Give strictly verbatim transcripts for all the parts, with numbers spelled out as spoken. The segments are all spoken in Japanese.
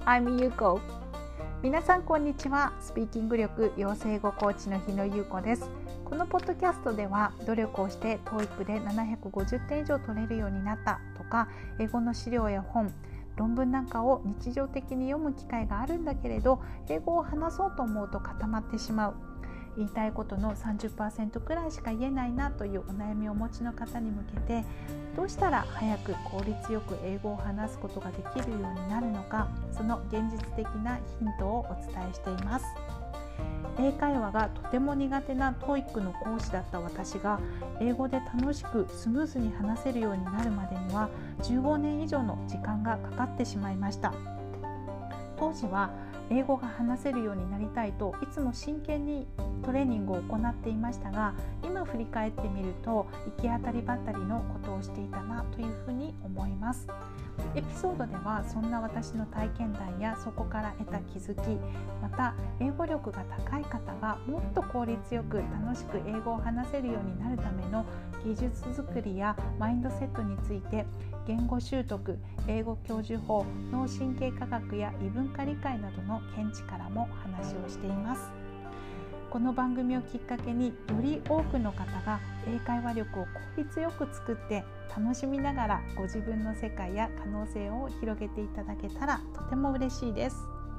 I'm Yuko。 皆さんこんにちは。スピーキング力養成語コーチの日野優子です。このポッドキャストでは努力をして トーイック でななひゃくごじゅってん以上取れるようになったとか、英語の資料や本、論文なんかを日常的に読む機会があるんだけれど、英語を話そうと思うと固まってしまう、言いたいことの さんじゅっパーセント くらいしか言えないなというお悩みをお持ちの方に向けて、どうしたら早く効率よく英語を話すことができるようになるのか、その現実的なヒントをお伝えしています。英会話がとても苦手な トーイック の講師だった私が、英語で楽しくスムーズに話せるようになるまでにはじゅうごねん以上の時間がかかってしまいました。当時は英語が話せるようになりたいといつも真剣にトレーニングを行っていましたが、今振り返ってみると行き当たりばったりのことをしていたなというふうに思います。エピソードではそんな私の体験談やそこから得た気づき、また英語力が高い方がもっと効率よく楽しく英語を話せるようになるための技術作りやマインドセットについて、言語習得、英語教授法、脳神経科学や異文化理解などの見地からも話をしています。この番組をきっかけにより多くの方が英会話力を効率よく作って楽しみながらご自分の世界や可能性を広げていただけたらとても嬉しいです。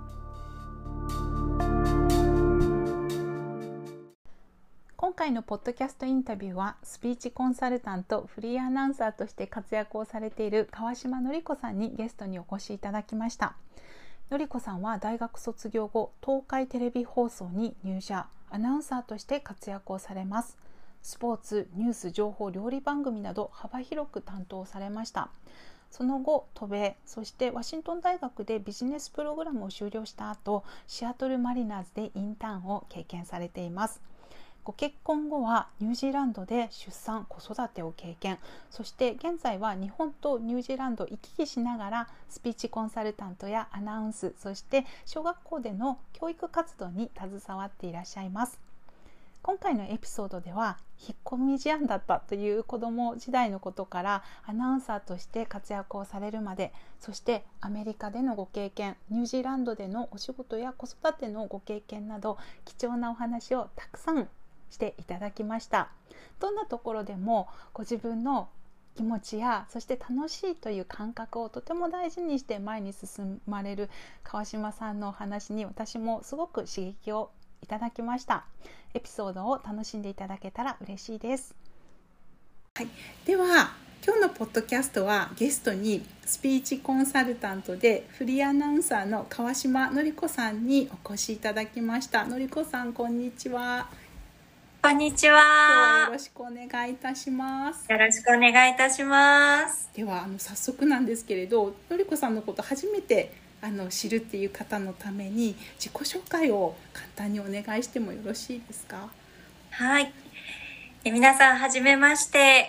今回のポッドキャストインタビューはスピーチコンサルタント、フリーアナウンサーとして活躍をされている川島のり子さんにゲストにお越しいただきました。のりこさんは大学卒業後、東海テレビ放送に入社、アナウンサーとして活躍をされます。スポーツ、ニュース、情報、料理番組など幅広く担当されました。その後、渡米、そしてワシントン大学でビジネスプログラムを修了した後、シアトルマリナーズでインターンを経験されています。ご結婚後はニュージーランドで出産・子育てを経験、そして現在は日本とニュージーランドを行き来しながらスピーチコンサルタントやアナウンス、そして小学校での教育活動に携わっていらっしゃいます。今回のエピソードでは引っ込み思案だったという子供時代のことからアナウンサーとして活躍をされるまで、そしてアメリカでのご経験、ニュージーランドでのお仕事や子育てのご経験など貴重なお話をたくさんしていただきました。どんなところでもご自分の気持ちや、そして楽しいという感覚をとても大事にして前に進まれる川島さんのお話に、私もすごく刺激をいただきました。エピソードを楽しんでいただけたら嬉しいです。はい、では今日のポッドキャストはゲストにスピーチコンサルタントでフリーアナウンサーの川島のり子さんにお越しいただきました。のり子さん、こんにちは。 こんにち今日はは。 よろしくお願いいたします。 よろしくお願いいたします。 ではあの早速なんですけれど、のりこさんのこと初めてあの知るっていう方のために自己紹介を簡単にお願いしてもよろしいですか？ はい。え皆さんはじめまして、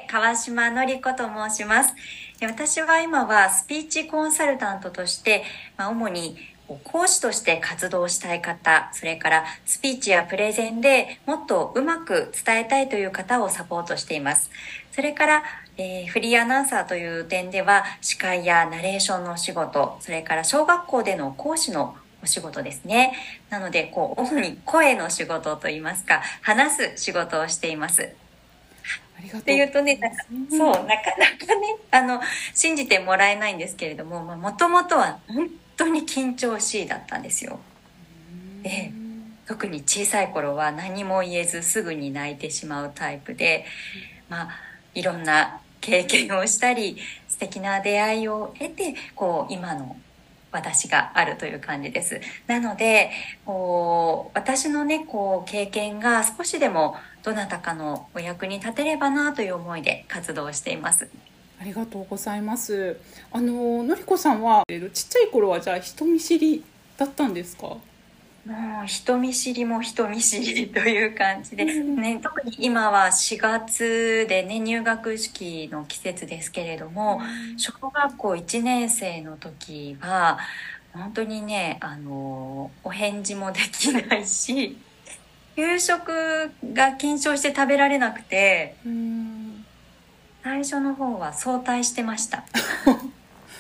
川島のり子と申します。え私は今はスピーチコンサルタントとして、まあ、主に講師として活動したい方、それからスピーチやプレゼンでもっとうまく伝えたいという方をサポートしています。それから、えー、フリーアナウンサーという点では司会やナレーションのお仕事、それから小学校での講師のお仕事ですね。なので、こう、主に声の仕事といいますか、話す仕事をしています。 ありがとうっていうとね、なんかそう、なかなかね、あの、信じてもらえないんですけれども、もともとは本当に緊張しいだったんですよ。で、特に小さい頃は何も言えずすぐに泣いてしまうタイプで、まあ、いろんな経験をしたり、素敵な出会いを得て、こう、今の私があるという感じです。なので、こう私のね、こう経験が少しでもどなたかのお役に立てればなという思いで活動しています。 ありがとうございます。あののりこさんはちっちゃい頃はじゃあ人見知りだったんですか？ もう人見知りも人見知りという感じで、ね、特に今はしがつでね、入学式の季節ですけれども、小学校いちねん生の時は本当にね、あのお返事もできないし、給食が緊張して食べられなくて、 うーん最初の方は早退してました。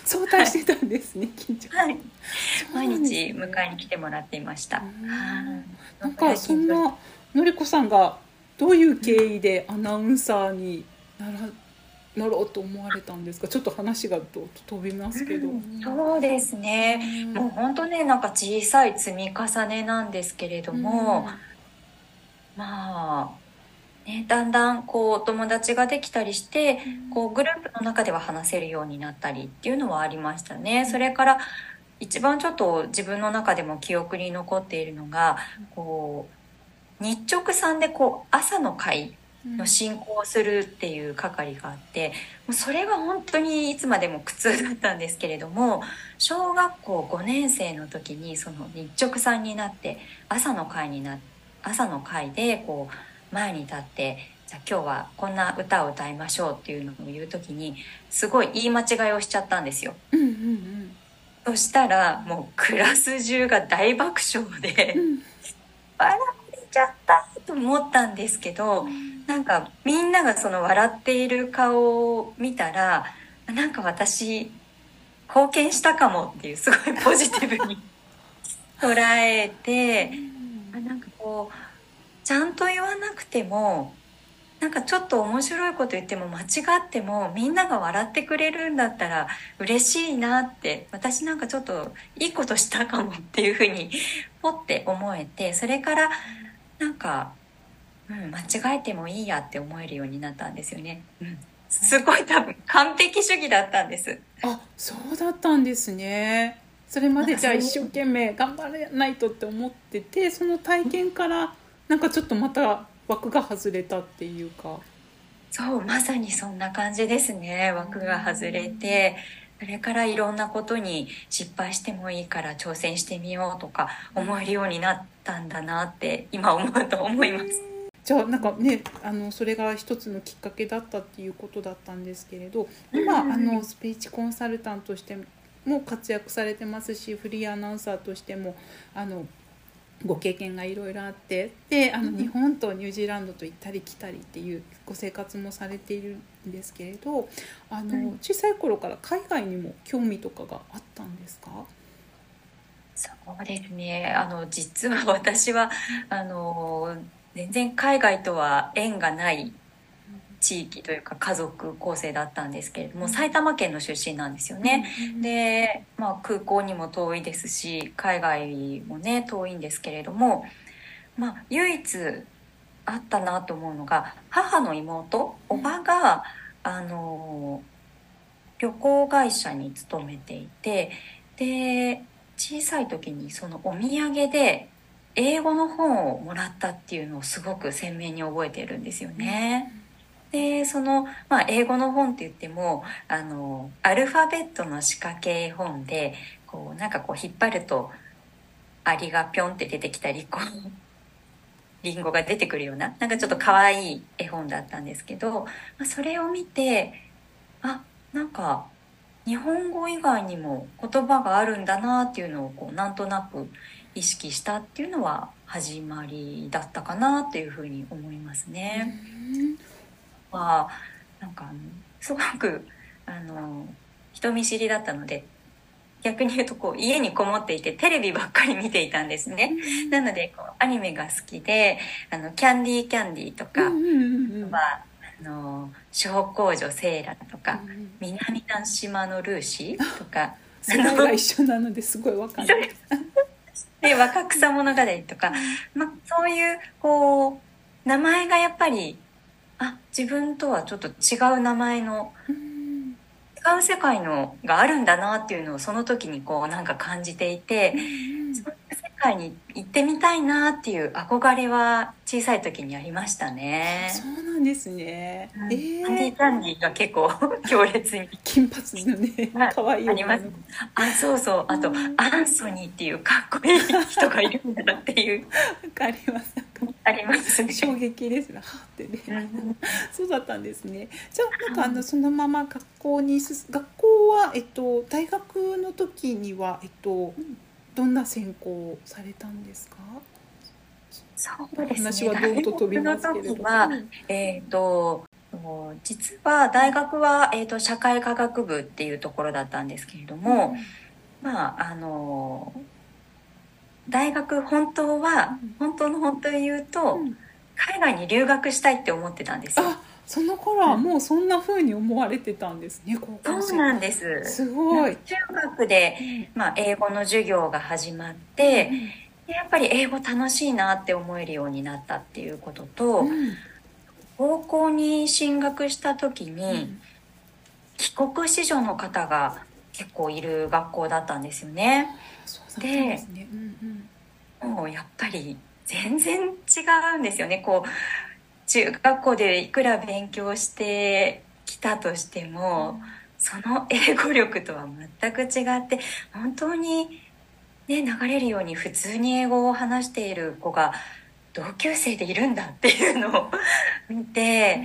早退してたんですね。緊張。 はい、毎そうです日ね。 迎えに来てもらっていました。はい、 なんかそんなのりこさんがどういう経緯でアナウンサーにならなろうと思われたんですか。ちょっと話がと飛びますけど、 うん、そうですね、 うんもう本当ね、なんか小さい積み重ねなんですけれどうも、 んまあね、だんだんこうお友達ができたりして、こうグループの中では話せるようになったりっていうのはありましたね。それから一番ちょっと自分の中でも記憶に残っているのが、こう日直さんでこう朝の会の進行をするっていう係があって、もうそれが本当にいつまでも苦痛だったんですけれども、小学校ごねん生の時にその日直さんになって朝の会にな朝の会でこう前に立って、じゃあ今日はこんな歌を歌いましょうっていうのを言う時にすごい言い間違いをしちゃったんですよ。 うんうんそしたらもうクラス中が大爆笑で、 うんうん笑っちゃったと思ったんですけど、なんかみんながその笑っている顔を見たら、なんか私貢献したかもっていうすごいポジティブに捉えて、あなんかこうちゃんと言わなくても、なんかちょっと面白いこと言っても間違ってもみんなが笑ってくれるんだったら嬉しいなって、私なんかちょっといいことしたかもっていうふうにポッて思えて、それからなんか、うん、間違えてもいいやって思えるようになったんですよね。うん、すごい多分完璧主義だったんです。 あ、そうだったんですね。それまでじゃあなんかそう一生懸命頑張らないとって思ってて、その体験からなんかちょっとまた枠が外れたっていうか。 そう、まさにそんな感じですね。枠が外れて、それからいろんなことに失敗してもいいから挑戦してみようとか思えるようになったんだなって今思うと思います。 じゃあなんかね、あのそれが一つのきっかけだったっていうことだったんですけれど、今うんあのスピーチコンサルタントとしても活躍されてますし、フリーアナウンサーとしてもあのご経験がいろいろあって、であの日本とニュージーランドと行ったり来たりっていうご生活もされているんですけれど、あの小さい頃から海外にも興味とかがあったんですか？ そうですね。あの実は私はあの全然海外とは縁がない地域というか家族構成だったんですけれども、埼玉県の出身なんですよね。で、まあ、空港にも遠いですし海外もね遠いんですけれども、まあ、唯一あったなと思うのが母の妹、おばがあの旅行会社に勤めていて、で小さい時にそのお土産で英語の本をもらったっていうのをすごく鮮明に覚えているんですよね。でその、まあ、英語の本って言ってもあのアルファベットの仕掛け絵本で、こうなんかこう引っ張るとアリがピョンって出てきたり、こうリンゴが出てくるような、なんかちょっと可愛い絵本だったんですけど、まあ、それを見て、あ、なんか日本語以外にも言葉があるんだなっていうのをこうなんとなく意識したっていうのは始まりだったかなっていうふうに思いますね。はなんかあのすごくあの人見知りだったので、逆に言うとこう家にこもっていてテレビばっかり見ていたんですね。なのでこうアニメが好きで、あのキャンディーキャンディーとか、 うんうんうん、 はあの小公女セーラとか、 うん、 南の島のルーシーとか、 世代が一緒なのですごいわかる。 で若草物語とか、まあ、そういうこう名前がやっぱり、あ、自分とはちょっと違う名前のうん違う世界のがあるんだなっていうのをその時にこうなんか感じていて、そういう世界に行ってみたいなっていう憧れは小さい時にありましたね。 そうなんですね。 うん、 えキャンディーキャンディーが結構強烈に金髪のね、可愛いあります。あ、そうそう。あと、アンソニーっていうかっこいい人がいるんだなっていう。 わかります。 ありますね。 衝撃ですね。はってね。 うん、 そうだったんですね。じゃあなんかあのそのまま学校にす学校はえっと大学の時にはえっとどんな専攻をされたんですか？ そうですね。 話はどうと飛びますけれど。 大学の時は、えっとそう実は大学は、えーと、社会科学部っていうところだったんですけれども、うん、まああの大学本当は、うん、本当の本当を言うと、うん、海外に留学したいって思ってたんですよ。 あ、その頃はもうそんな風に思われてたんですね、高校生。 そうなんです。 すごい。 中学で、まあ、英語の授業が始まって、うん、やっぱり英語楽しいなって思えるようになったっていうことと、うん、高校に進学した時に、うん、帰国子女の方が結構いる学校だったんですよね。 そうだったんですね。 うんうん、もうやっぱり全然違うんですよね。こう中学校でいくら勉強してきたとしても、うん、その英語力とは全く違って本当に、ね、流れるように普通に英語を話している子が同級生でいるんだっていうのを見て、うん、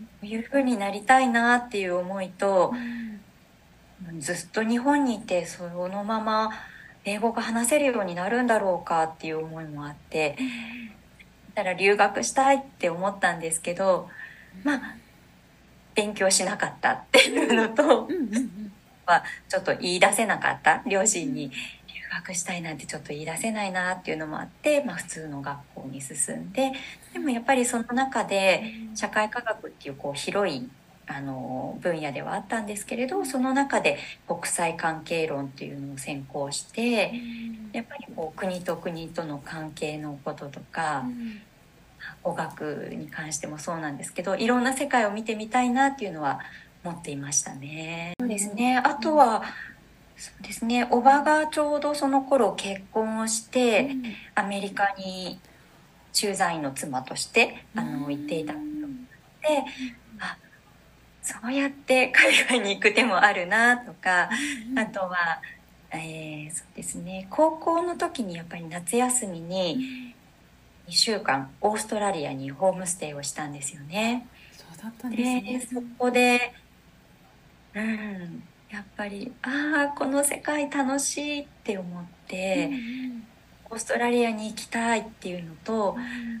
こういう風になりたいなっていう思いと、うん、ずっと日本にいてそのまま英語が話せるようになるんだろうかっていう思いもあって、だから留学したいって思ったんですけど、まあ勉強しなかったっていうのと、はちょっと言い出せなかった。両親に留学したいなんてちょっと言い出せないなっていうのもあって、まあ、普通の学校に進んで、でもやっぱりその中で社会科学っていうこう広いあの分野ではあったんですけれど、その中で国際関係論っていうのを専攻して、やっぱりこう国と国との関係のこととか、語学に関してもそうなんですけど、いろんな世界を見てみたいなっていうのは持っていましたね。そうですね。あとはそうですね、おばがちょうどその頃結婚をして、うん、アメリカに駐在員の妻としてあの行っていたので、うん、あ、そうやって海外に行く手もあるなとか、うん、あとは、えー、そうですね、高校の時にやっぱり夏休みににしゅうかんオーストラリアにホームステイをしたんですよね。 そうだったんですね。 でそこで、うんやっぱりああこの世界楽しいって思って、うんうん、オーストラリアに行きたいっていうのと、うん、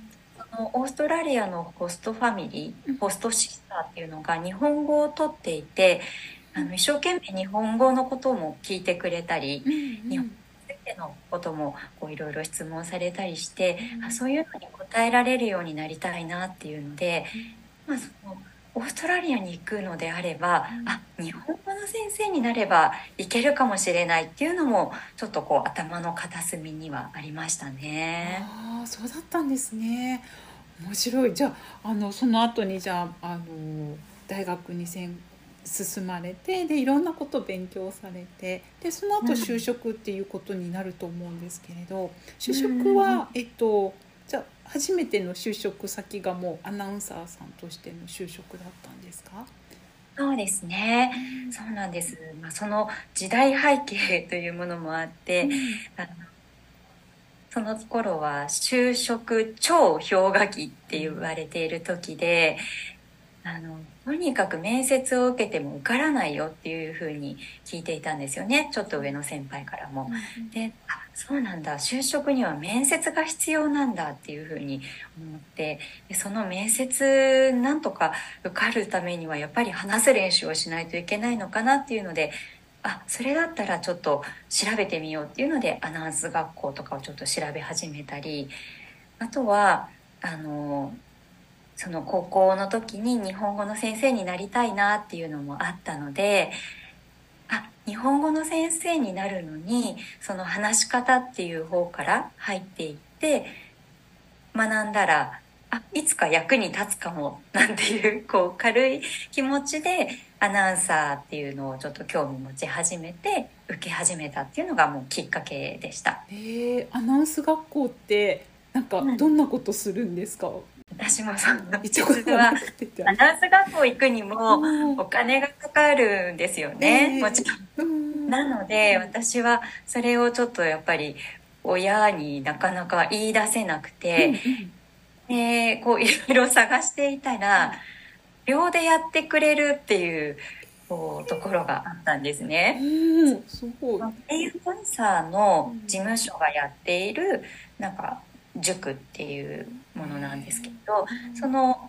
そのオーストラリアのホストファミリー、ホストシスターっていうのが日本語をとっていて、あの一生懸命日本語のことも聞いてくれたり、うんうん、日本語のこともいろいろ質問されたりして、うん、あそういうのに答えられるようになりたいなっていうので、うん、まあそのオーストラリアに行くのであれば、うん、あ日本語の先生になればいけるかもしれないっていうのもちょっとこう頭の片隅にはありましたね。 ああそうだったんですね。面白い。じゃあ、あのその後にじゃあ、あの大学に進まれて、でいろんなことを勉強されて、でその後就職っていうことになると思うんですけれど、うん、就職は、えっとじゃあ初めての就職先がもうアナウンサーさんとしての就職だったんですか？ そうですね、うん、そうなんです、まあ、その時代背景というものもあって、うん、あのその頃は就職超氷河期って言われている時で、あのとにかく面接を受けても受からないよっていう風に聞いていたんですよね、ちょっと上の先輩からも。うん、で、あ、そうなんだ、就職には面接が必要なんだっていう風に思って、でその面接なんとか受かるためにはやっぱり話す練習をしないといけないのかなっていうので、あ、それだったらちょっと調べてみようっていうのでアナウンス学校とかをちょっと調べ始めたり、あとはあのその高校の時に日本語の先生になりたいなっていうのもあったので、あ、日本語の先生になるのにその話し方っていう方から入っていって学んだら、あ、いつか役に立つかもなんていうこう軽い気持ちでアナウンサーっていうのをちょっと興味持ち始めて受け始めたっていうのがもうきっかけでした。 えー、アナウンス学校ってなんかどんなことするんですか？うん、 私もその実はアナウンス学校行くにもお金がかかるんですよね、もちろん。なので私はそれをちょっとやっぱり親になかなか言い出せなくて、でこういろいろ探していたら秒でやってくれるっていうこうところがあったんですね。 うん、すごい。 エイアナウンサーの事務所がやっているなんか塾っていうものなんですけど、そのそ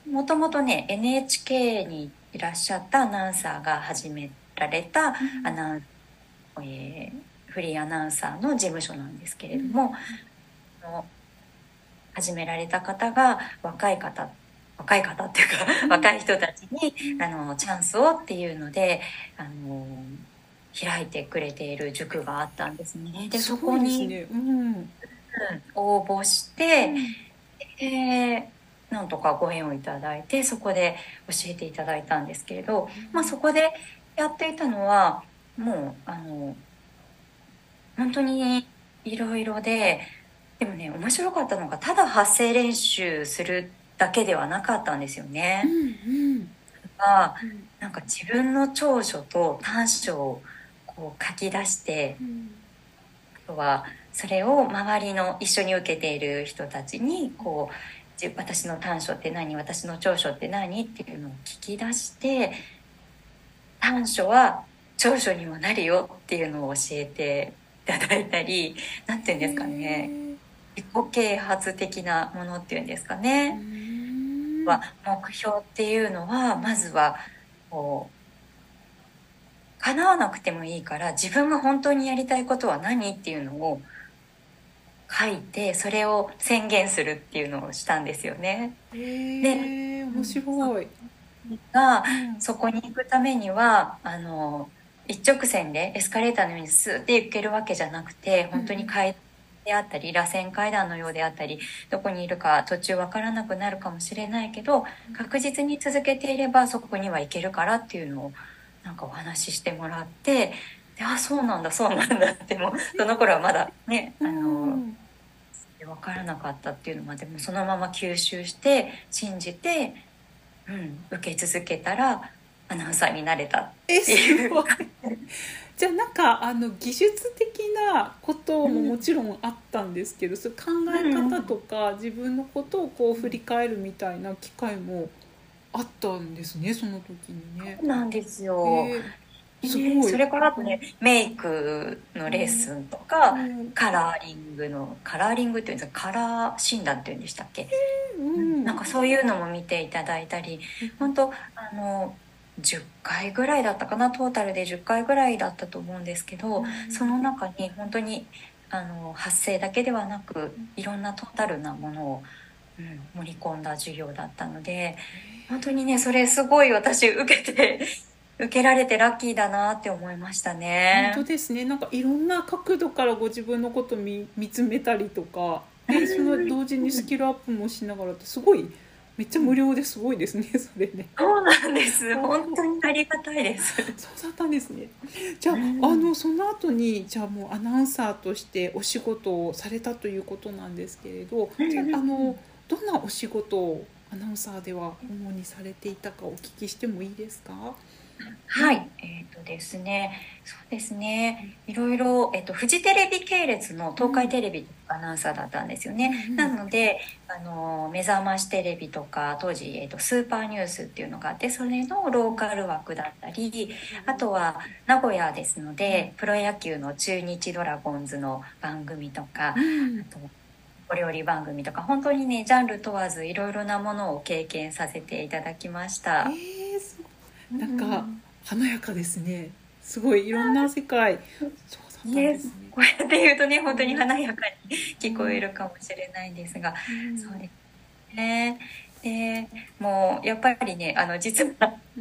もともとね エヌエイチケー にいらっしゃったアナウンサーが始められたアナウン、えー、フリーアナウンサーの事務所なんですけれども、うん、始められた方が若い方若い方っていうか、うん、若い人たちにあのチャンスをっていうのであの開いてくれている塾があったんですね。で、そこに、ね、うん、応募して、うん、でなんとかご縁をいただいてそこで教えていただいたんですけれど、まあ、そこでやっていたのはもうあの本当にいろいろで、でもね面白かったのがただ発声練習するだけではなかったんですよね。うんうん、がなんか自分の長所と短所をこう書き出して、うん、あとはそれを周りの一緒に受けている人たちにこう私の短所って何、私の長所って何っていうのを聞き出して、短所は長所にもなるよっていうのを教えていただいたり、なんていうんですかね、自己啓発的なものっていうんですかね、は目標っていうのはまずはこう叶わなくてもいいから自分が本当にやりたいことは何っていうのを書いてそれを宣言するっていうのをしたんですよね。 へー、面白い。 が、うん、そこに行くためにはあの一直線でエスカレーターのようにスーッて行けるわけじゃなくて、本当に階段であったり螺旋階段のようであったり、どこにいるか途中わからなくなるかもしれないけど確実に続けていればそこには行けるからっていうのをなんかお話ししてもらって、で、あ、そうなんだそうなんだってもうその頃はまだねあの分からなかったっていうのまでもそのまま吸収して信じて、うん、受け続けたらアナウンサーになれたっていう。 じゃあなんかあの技術的なことももちろんあったんですけど、うん、そう考え方とか自分のことをこう振り返るみたいな機会もあったんですね、その時にね。 そうなんですよ。えー、すごい。えー、それからあとね、メイクのレッスンとか、うん、カラーリングのカラーリングっていうんですか、カラー診断っていうんでしたっけ、えーうん、なんかそういうのも見ていただいたり、本当あのじゅっかいぐらいだったかな、トータルでじゅっかいぐらいだったと思うんですけど、うん、その中に本当にあの発声だけではなくいろんなトータルなものを、うん、盛り込んだ授業だったので、本当にねそれすごい私受けて受けられてラッキーだなって思いましたね。 本当ですね。なんかいろんな角度からご自分のことを 見, 見つめたりとか、でその同時にスキルアップもしながらってすごいめっちゃ無料ですごいですね、それね。 そうなんです。本当にありがたいです。 そうだったんですね。じゃあ、うん、あのその後にじゃあもうアナウンサーとしてお仕事をされたということなんですけれど、うん、じゃあ、あのどんなお仕事をアナウンサーでは主にされていたかお聞きしてもいいですか？ はい、えーとですね、そうですね、いろいろ、えーと、フジテレビ系列の東海テレビアナウンサーだったんですよね、うん、なのであの目覚ましテレビとか当時、えーと、スーパーニュースっていうのがあって、それのローカル枠だったり、あとは名古屋ですのでプロ野球の中日ドラゴンズの番組とか、うん、あとお料理番組とか、本当にねジャンル問わずいろいろなものを経験させていただきました。 えー、すごい、なんか華やかですね。すごいいろんな世界。そうだったんですね。 こうやって言うとね本当に華やかに聞こえるかもしれないんですが、うん、そうですね。でもうやっぱりねあの実は、うん、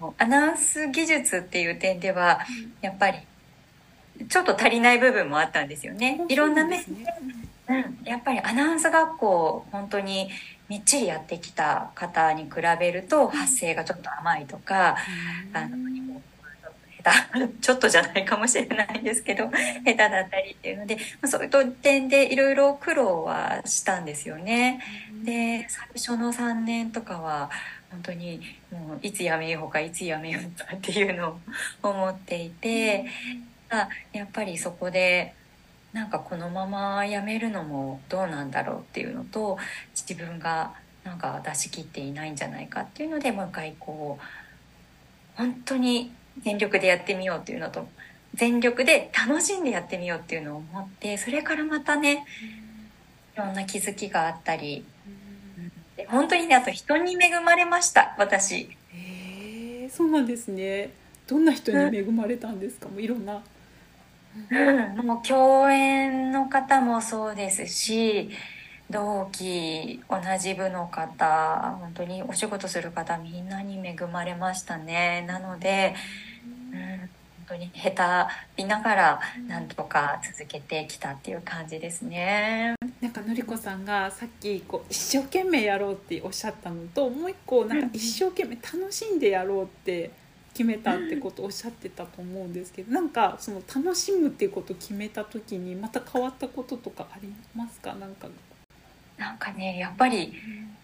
アナウンス技術っていう点では、うん、やっぱりちょっと足りない部分もあったんですよね。いろんな面で、うん、やっぱりアナウンス学校本当にみっちりやってきた方に比べると発声がちょっと甘いとか、うん、あの下手ちょっとじゃないかもしれないんですけど下手だったりっていうので、まあ、そういう点でいろいろ苦労はしたんですよね。で最初のさんねんとかは本当にもういつやめようかいつやめようかっていうのを思っていて、やっぱりそこでなんかこのままやめるのもどうなんだろうっていうのと、自分がなんか出し切っていないんじゃないかっていうのでもう一回こう本当に全力でやってみようっていうのと、全力で楽しんでやってみようっていうのを思って、それからまたねいろんな気づきがあったり、うん、 で本当にね、あと人に恵まれました私。 へえ、そうなんですね。どんな人に恵まれたんですか？もういろんな。 うん、もう共演の方もそうですし、同期同じ部の方、本当にお仕事する方みんなに恵まれましたね。なので、うん、本当に下手見ながらなんとか続けてきたっていう感じですね。 なんかのりこさんがさっきこう一生懸命やろうっておっしゃったのと、もう一個なんか一生懸命楽しんでやろうって決めたってことをおっしゃってたと思うんですけど、なんかその楽しむっていうことを決めた時にまた変わったこととかありますか？なんか、 なんかね、やっぱり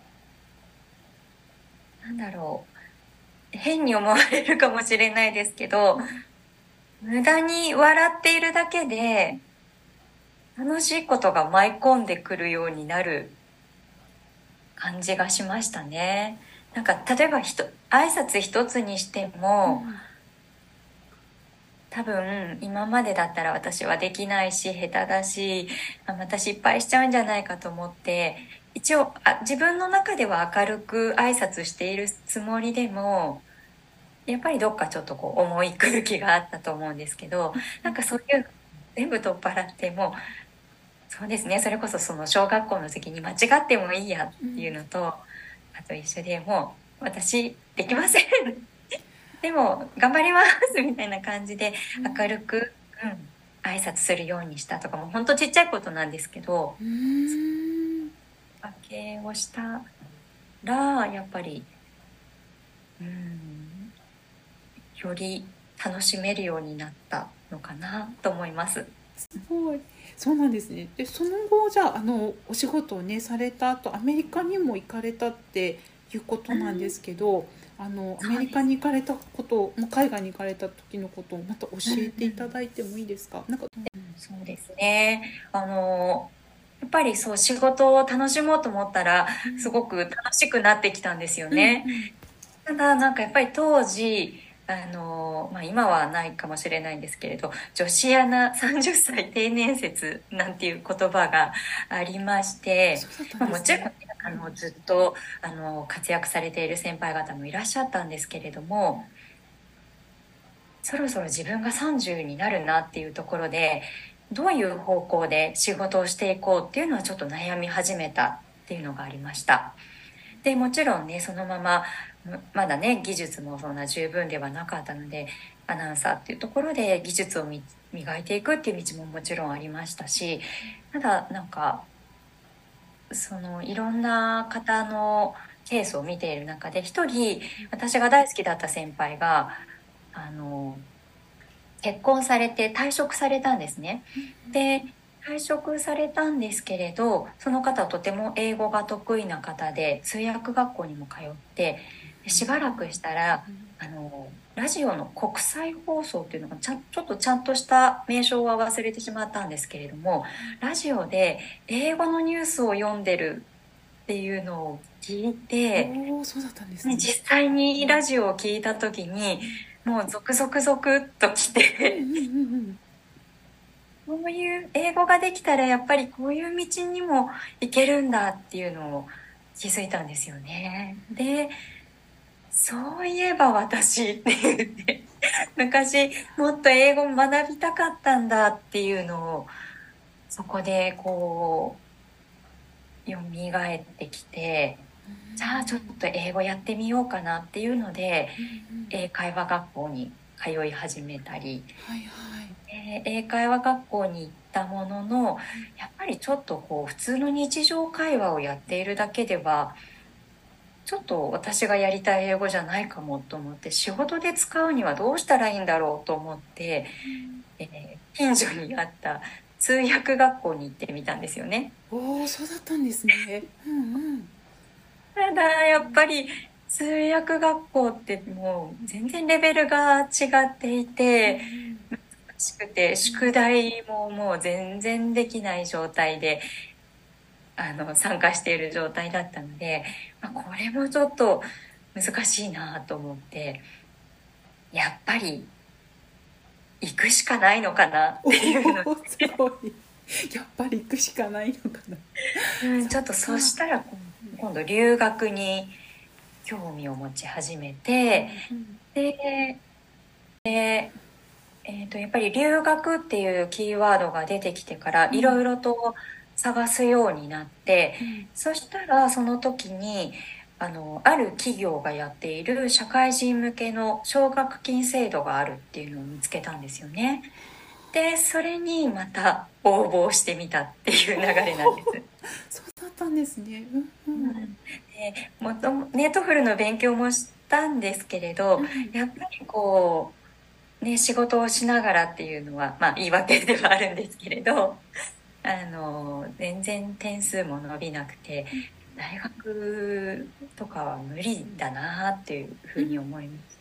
なんだろう、変に思われるかもしれないですけど、無駄に笑っているだけで楽しいことが舞い込んでくるようになる感じがしましたね。なんか例えばひと挨拶一つにしても、多分今までだったら私はできないし下手だし、あまた失敗しちゃうんじゃないかと思って、一応あ自分の中では明るく挨拶しているつもりでも、やっぱりどっかちょっとこう重い空気があったと思うんですけど、なんかそういうの全部取っ払っても、そうですね、それこそその小学校の時に間違ってもいいやっていうのと、あと一緒でもう私できませんでも頑張りますみたいな感じで明るく、うん、挨拶するようにしたとか、もうほんとちっちゃいことなんですけど、 うーん、 分けをしたらやっぱり、うん、より楽しめるようになったのかなと思います。 すごい。そうなんですね。でその後じゃあ、あのお仕事をねされた後アメリカにも行かれたっていうことなんですけど、あのアメリカに行かれたことも海外に行かれた時のことをまた教えていただいてもいいですか？なんか、 そうですね。あの、やっぱりそう仕事を楽しもうと思ったらすごく楽しくなってきたんですよね。ただなんかやっぱり当時、あの、まあ、今はないかもしれないんですけれど、女子アナさんじゅっさい定年説なんていう言葉がありまして、 そうだっまあ、もちろんたんですね。 あのずっとあの活躍されている先輩方もいらっしゃったんですけれども、そろそろ自分がさんじゅうになるなっていうところで、どういう方向で仕事をしていこうっていうのはちょっと悩み始めたっていうのがありました。で、もちろんね、そのまま、まだね、技術もそんな十分ではなかったので、アナウンサーっていうところで技術をみ磨いていくっていう道ももちろんありましたし、ただなんか、そのいろんな方のケースを見ている中で、一人私が大好きだった先輩が、あの、結婚されて退職されたんですね。で、退職されたんですけれど、その方はとても英語が得意な方で、通訳学校にも通って、しばらくしたら、あの、ラジオの国際放送っていうのがちゃん、ちょっとちゃんとした名称は忘れてしまったんですけれども、ラジオで英語のニュースを読んでるっていうのを聞いて、 おお、そうだったんですね、 ね。 実際にラジオを聞いた時に、もうゾクゾクゾクっときうんて、 うんうんこういう英語ができたらやっぱりこういう道にも行けるんだっていうのを気づいたんですよね。で、そういえば私って言って昔もっと英語学びたかったんだっていうのをそこでこう蘇ってきて、じゃあちょっと英語やってみようかなっていうのでうんうん。 英会話学校に通い始めたり、 はいはい。 えー英会話学校に行ったものの、やっぱりちょっとこう普通の日常会話をやっているだけではちょっと私がやりたい英語じゃないかもと思って、仕事で使うにはどうしたらいいんだろうと思って、えー近所にあった通訳学校に行ってみたんですよね。 おお、そうだったんですね。うんうん。 ただやっぱり通訳学校ってもう全然レベルが違っていて、難しくて宿題ももう全然できない状態であの参加している状態だったので、まあ、これもちょっと難しいなと思って、やっぱり行くしかないのかなっていうのおお、すごい。やっぱり行くしかないのかな。 うん、ちょっとそしたらこう今度留学に興味を持ち始めて、で、でえー、とやっぱり留学っていうキーワードが出てきてからいろいろと探すようになって、うん、そしたらその時にあのある企業がやっている社会人向けの奨学金制度があるっていうのを見つけたんですよね。でそれにまた応募してみたっていう流れなんです。 そうだったんですね。うんうん、でもともネットフルの勉強もしたんですけれど、うん、やっぱりこうね、仕事をしながらっていうのは、まあ、言い訳ではあるんですけれど、あの全然点数も伸びなくて、大学とかは無理だなっていうふうに思いまして、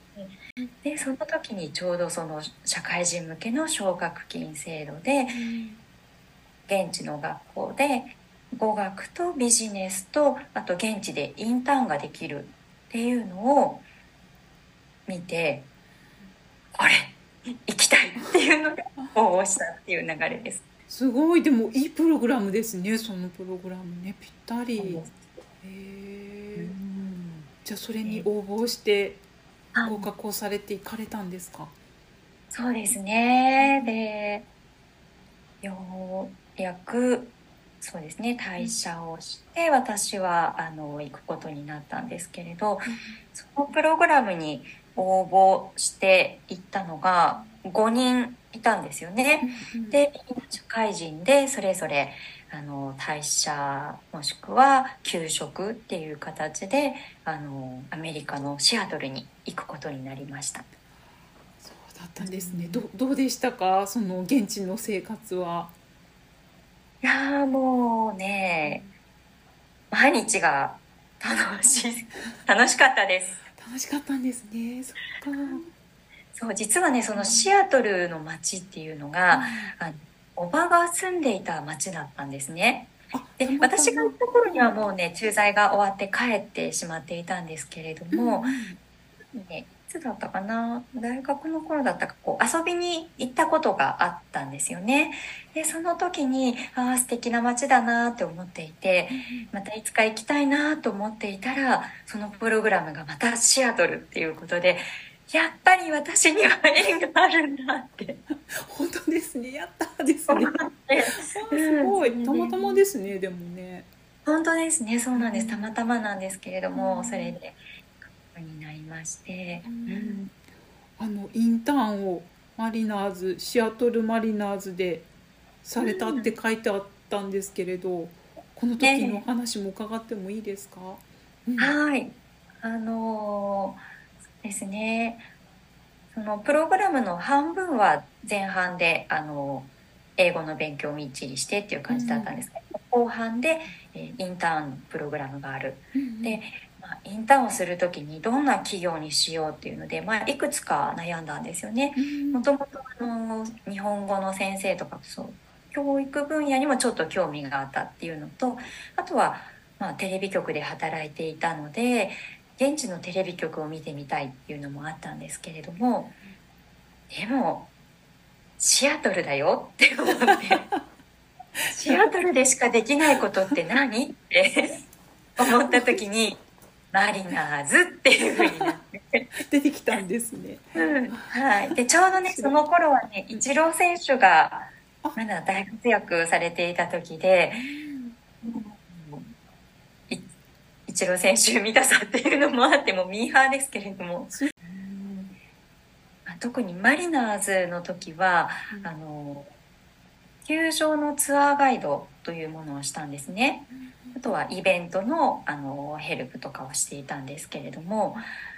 でその時にちょうどその社会人向けの奨学金制度で、現地の学校で語学とビジネスとあと現地でインターンができるっていうのを見て、これ行きたいっていうので応募したっていう流れです。 すごい、でもいいプログラムですね。そのプログラムね、ぴったり。へえ。じゃあそれに応募して合格をされていかれたんですか？ そうですね。で、ようやくそうですね、退社をして私はあの行くことになったんですけれど、そのプログラムに応募していったのがごにんいたんですよね。で、社会人でそれぞれあの退社もしくは休職っていう形であのアメリカのシアトルに行くことになりました。 そうだったんですね。ど, どうでしたか、その現地の生活は？ いやもうね、毎日が楽しい楽しかったです。 楽しかったんですね。そっか。 そう実はね、そのシアトルの街っていうのが、うん、あのおばが住んでいた街だったんですね。で私が行った頃にはもうね駐在が終わって帰ってしまっていたんですけれども、うんね、いつだったかな、大学の頃だったか、こう遊びに行ったことがあったんですよね。でその時にああ素敵な街だなって思っていて、またいつか行きたいなと思っていたら、そのプログラムがまたシアトルっていうことで、やっぱり私には縁があるんだって本当ですね、やったですねすごい、たまたまですね。でもね、 本当ですね、そうなんです、たまたまなんですけれども、うん、それでになりまして、うんうん、 あのインターンをマリナーズシアトルマリナーズでされたって書いてあったんですけれど、うん、この時の話も伺ってもいいですか？ うん、はいあのー、ですね、そのプログラムの半分は前半であの英語の勉強をみっちりしてっていう感じだったんですけど、うん、後半で、えー、インターンのプログラムがある、うん、でインターンをするときにどんな企業にしようっていうので、まあ、いくつか悩んだんですよね。もともと日本語の先生とかそう教育分野にもちょっと興味があったっていうのと、あとは、まあ、テレビ局で働いていたので現地のテレビ局を見てみたいっていうのもあったんですけれども、でもシアトルだよって思ってシアトルでしかできないことって何って思った時にマリナーズっていう風になって出てきたんですね。 うん、はい。でちょうどねその頃はねイチロー選手がまだ大活躍されていた時で、イ, イチロー選手見たさっていうのもあってもミーハーですけれども、うん特にマリナーズの時は、うん、あの球場のツアーガイドというものをしたんですね。あとはイベント の, あのヘルプとかをしていたんですけれども、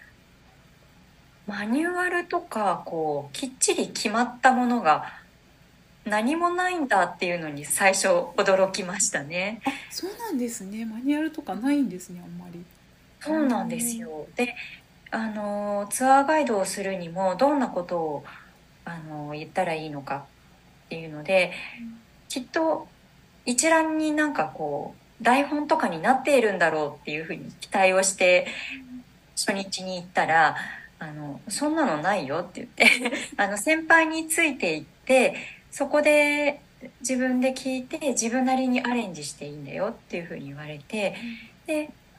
マニュアルとかこうきっちり決まったものが何もないんだっていうのに最初驚きましたね。 あ、そうなんですね。マニュアルとかないんですね、あんまり。 そうなんですよ。であのツアーガイドをするにもどんなことをあの言ったらいいのかっていうので、きっと一覧になんかこう台本とかになっているんだろうっていうふうに期待をして初日に行ったら、あのそんなのないよって言ってあの先輩についていってそこで自分で聞いて自分なりにアレンジしていいんだよっていうふうに言われて、で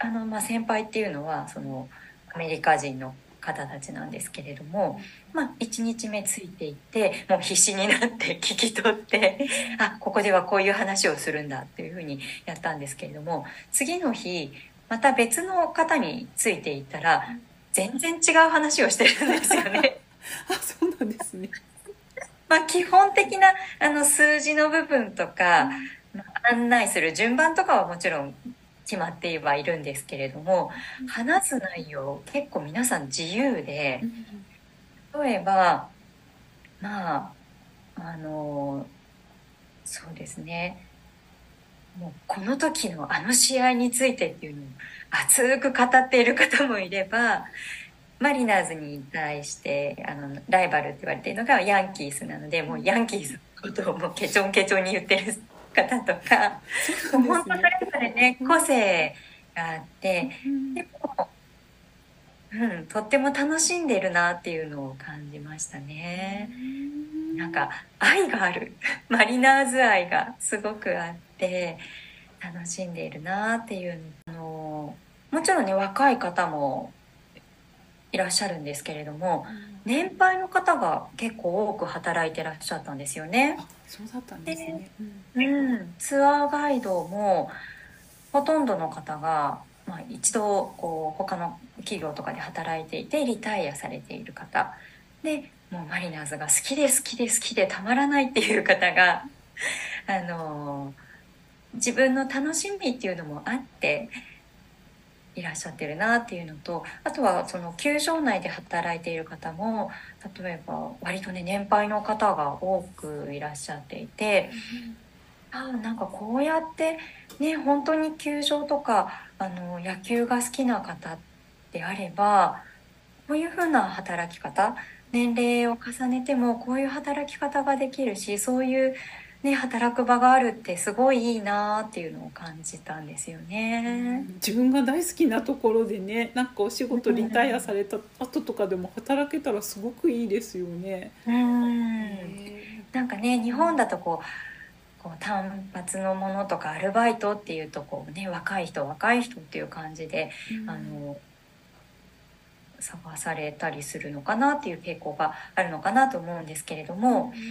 あの、まあ、先輩っていうのはそのアメリカ人の方たちなんですけれども、まあ、いちにちめついていってもう必死になって聞き取ってあ、ここではこういう話をするんだっていうふうにやったんですけれども、次の日また別の方についていったら全然違う話をしてるんですよね。 あ、そうなんですね。 まあ、基本的なあの数字の部分とか、まあ、案内する順番とかはもちろん決まってはいるんですけれども、話す内容結構皆さん自由で、例えばまああのそうですね、もうこの時のあの試合についてっていうのを熱く語っている方もいれば、マリナーズに対してあのライバルって言われているのがヤンキースなので、もうヤンキースのことをもうケチョンケチョンに言ってる方とか、 そうもう本当そですね。 れぞれね個性があって、 うんでも、うん、とっても楽しんでいるなっていうのを感じましたね。なんか愛があるマリナーズ愛がすごくあって楽しんでいるなっていうの、もちろんね若い方もいらっしゃるんですけれども、年配の方が結構多く働いてらっしゃったんですよね。 あ、そうだったんですね。 うん、ツアーガイドもほとんどの方が、まあ、一度こう他の企業とかで働いていてリタイアされている方で、もうマリナーズが好きで好きで好きでたまらないっていう方があの自分の楽しみっていうのもあっていらっしゃってるなっていうのと、あとはその球場内で働いている方も例えば割とね年配の方が多くいらっしゃっていて、ああなんかこうやってね本当に球場とかあの野球が好きな方であればこういうふうな働き方、年齢を重ねてもこういう働き方ができるし、そういうね働く場があるってすごいいいなっていうのを感じたんですよね。 自分が大好きなところでね、なんかお仕事リタイアされた後とかでも働けたらすごくいいですよね。 うんなんかね日本だとこうこう単発のものとかアルバイトっていうとこう、ね、若い人若い人っていう感じで、 うんあの探されたりするのかなっていう傾向があるのかなと思うんですけれども、うん、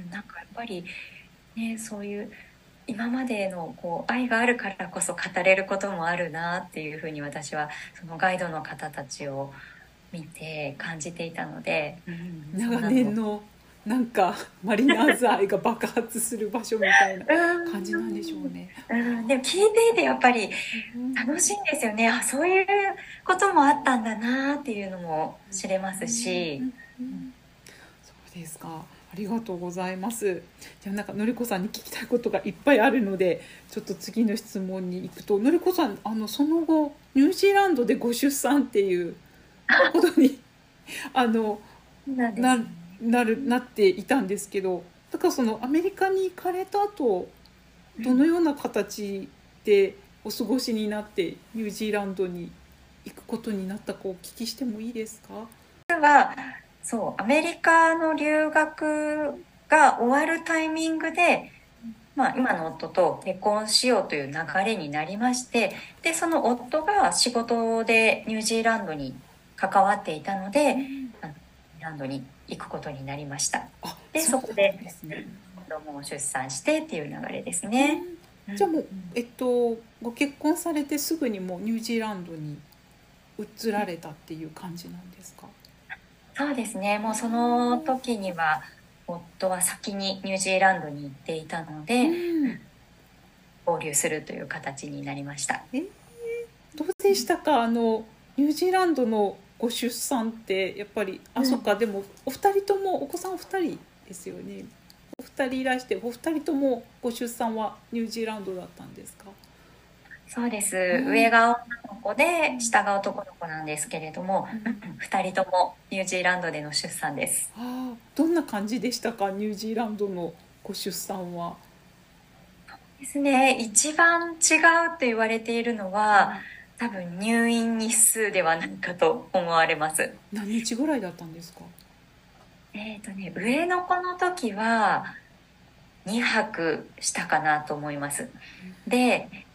なんかやっぱり、ね、そういう今までのこう愛があるからこそ語れることもあるなっていうふうに私はそのガイドの方たちを見て感じていたので、うん、 長年のなんかマリナーズ愛が爆発する場所みたいな感じなんでしょうね。 うん、でも聞いていてやっぱり楽しいんですよね。あ、そういうこともあったんだなっていうのも知れますし、 うんうんうん、そうですか、ありがとうございます。じゃあなんかのりこさんに聞きたいことがいっぱいあるので、ちょっと次の質問に行くと、のりこさんあのその後ニュージーランドでご出産っていうことにあのなんですななるなっていたんですけど、だからそのアメリカに行かれた後どのような形でお過ごしになってニュージーランドに行くことになったかお聞きしてもいいですか？ はそうアメリカの留学が終わるタイミングで、まあ、今の夫と結婚しようという流れになりまして、でその夫が仕事でニュージーランドに関わっていたので、うん、あのニュージーランドに行くことになりました。 あ、 でそそうこでですね、 子供を出産してっていう流れですね。 うん、じゃあもう、えっと、ご結婚されてすぐにもうニュージーランドに移られたっていう感じなんですか？ そうですね、もうその時には夫は先にニュージーランドに行っていたので、うん、合流するという形になりました。 えー、どうでしたか？あのニュージーランドのご出産ってやっぱりあ、うん、そっか、でもお二人ともお子さんお二人ですよね。お二人いらしてお二人ともご出産はニュージーランドだったんですか？ そうです、うん、上が女の子で下が男の子なんですけれども、うん、ふたりともニュージーランドでの出産です。 あ、どんな感じでしたか？ニュージーランドのご出産は。 ですね、一番違うと言われているのは、うん、多分入院日数ではないかと思われます。 何日ぐらいだったんですか？ えーとね、上の子の時はにはくしたかなと思います。で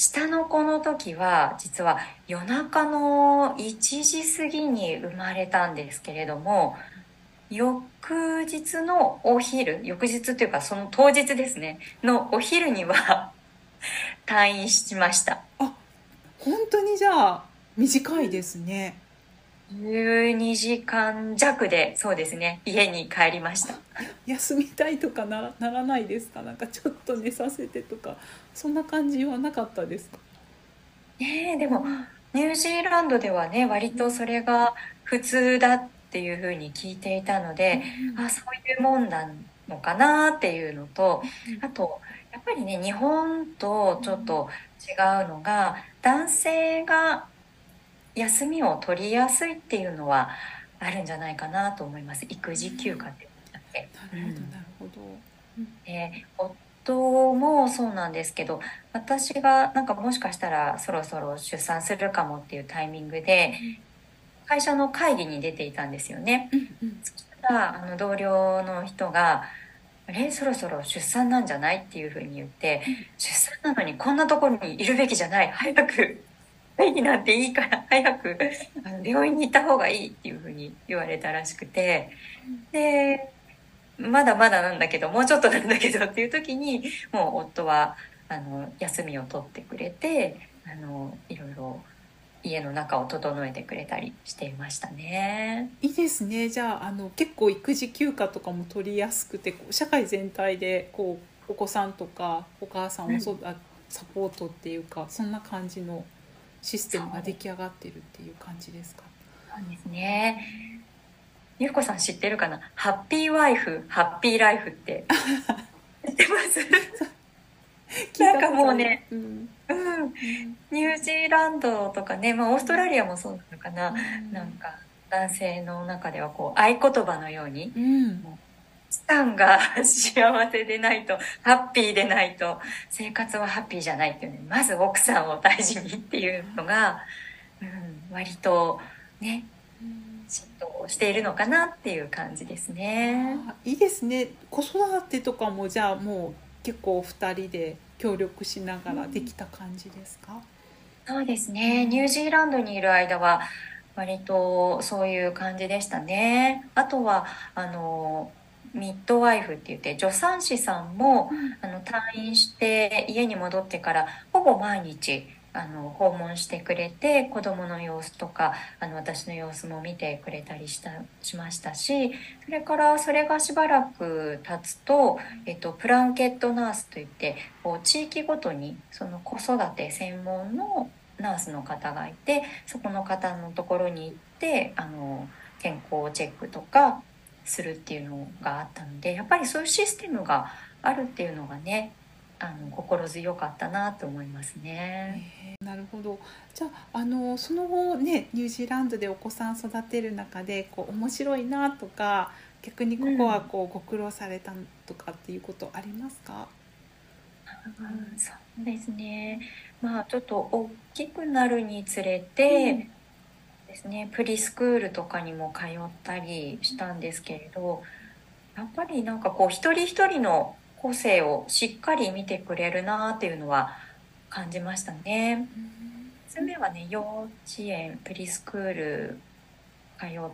下の子の時は実は夜中のいちじ過ぎに生まれたんですけれども、翌日のお昼、翌日というかその当日ですねのお昼には退院しました。 あ、本当にじゃあ短いですね。 じゅうにじかん弱で、そうですね、家に帰りました。 休みたいとかなら、ならないですか？なんかちょっと寝させてとかそんな感じはなかったですか？ ねえ、でもニュージーランドではね、割とそれが普通だっていうふうに聞いていたので、あ、そういうもんなのかなっていうのと、あとやっぱりね、日本とちょっと違うのが、男性が休みを取りやすいっていうのはあるんじゃないかなと思います。育児休暇って言って。 なるほどなるほど。 で、夫もそうなんですけど、私がなんかもしかしたらそろそろ出産するかもっていうタイミングで会社の会議に出ていたんですよね。そしたらあの同僚の人が、あれ、そろそろ出産なんじゃないっていうふうに言って、出産なのにこんなところにいるべきじゃない、早く会議なんていいから早くあの病院に行った方がいいっていうふうに言われたらしくて、でまだまだなんだけど、もうちょっとなんだけどっていう時に、もう夫はあの休みを取ってくれて、あのいろいろ家の中を整えてくれたりしていましたね。 いいですね。じゃあ、あの結構育児休暇とかも取りやすくて、こう社会全体でこうお子さんとかお母さんをそ、うん、サポートっていうか、そんな感じのシステムが出来上がってるっていう感じですか？ そうですね。ゆうこさん知ってるかな、ハッピーワイフハッピーライフって知ってますなんかもうね、うん、うん、ニュージーランドとかね、まあ、オーストラリアもそうなのかな、うん、なんか男性の中ではこう合言葉のように、うん、もうスタンが幸せでないと、ハッピーでないと生活はハッピーじゃないっていうね、まず奥さんを大事にっていうのが、うん、割とね、嫉妬しているのかなっていう感じですね。 いいですね。子育てとかもじゃあもう結構ふたりで協力しながらできた感じですか？ うん、そうですね。ニュージーランドにいる間は割とそういう感じでしたね。あとはあのミッドワイフって言って助産師さんも、うん、あの退院して家に戻ってからほぼ毎日あの訪問してくれて、子供の様子とかあの私の様子も見てくれたりしたしましたし、それからそれがしばらく経つと、えっと、プランケットナースといって、こう地域ごとにその子育て専門のナースの方がいて、そこの方のところに行ってあの健康チェックとかするっていうのがあったので、やっぱりそういうシステムがあるっていうのがね、あの心強かったなと思いますね。 えー、なるほど。じゃあ、あのその後ね、ニュージーランドでお子さん育てる中でこう面白いなとか、逆にここはこうご苦労されたとかっていうことありますか？ うん、そうですね。まあちょっと大きくなるにつれてですね、プリスクールとかにも通ったりしたんですけれど、やっぱりなんかこう一人一人の個性をしっかり見てくれるなっていうのは感じましたね。娘はね、幼稚園、プリスクール通って、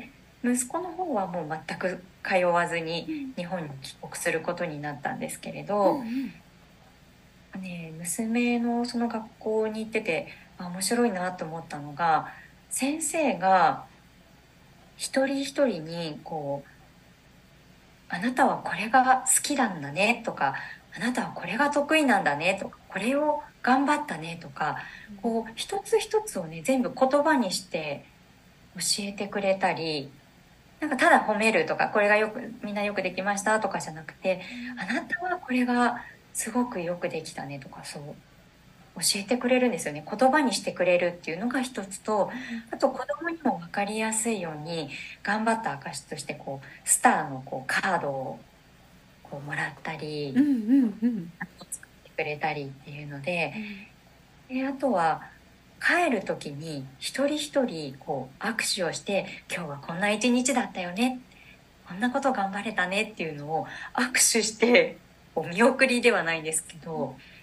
息子の方はもう全く通わずに日本に帰国することになったんですけれど、ね、娘のその学校に行ってて面白いなと思ったのが、先生が一人一人にこう、あなたはこれが好きなんだねとか、あなたはこれが得意なんだねとか、これを頑張ったねとか、こう一つ一つをね全部言葉にして教えてくれたり、なんかただ褒めるとか、これがよくみんなよくできましたとかじゃなくて、あなたはこれがすごくよくできたねとか、そう教えてくれるんですよね。言葉にしてくれるっていうのが一つと、あと子供にも分かりやすいように頑張った証としてこうスターのこうカードをこうもらったり、うんうんうん、作ってくれたりっていうので、であとは帰る時に一人一人こう握手をして、今日はこんな一日だったよね、こんなこと頑張れたねっていうのを握手して、こう見送りではないんですけど、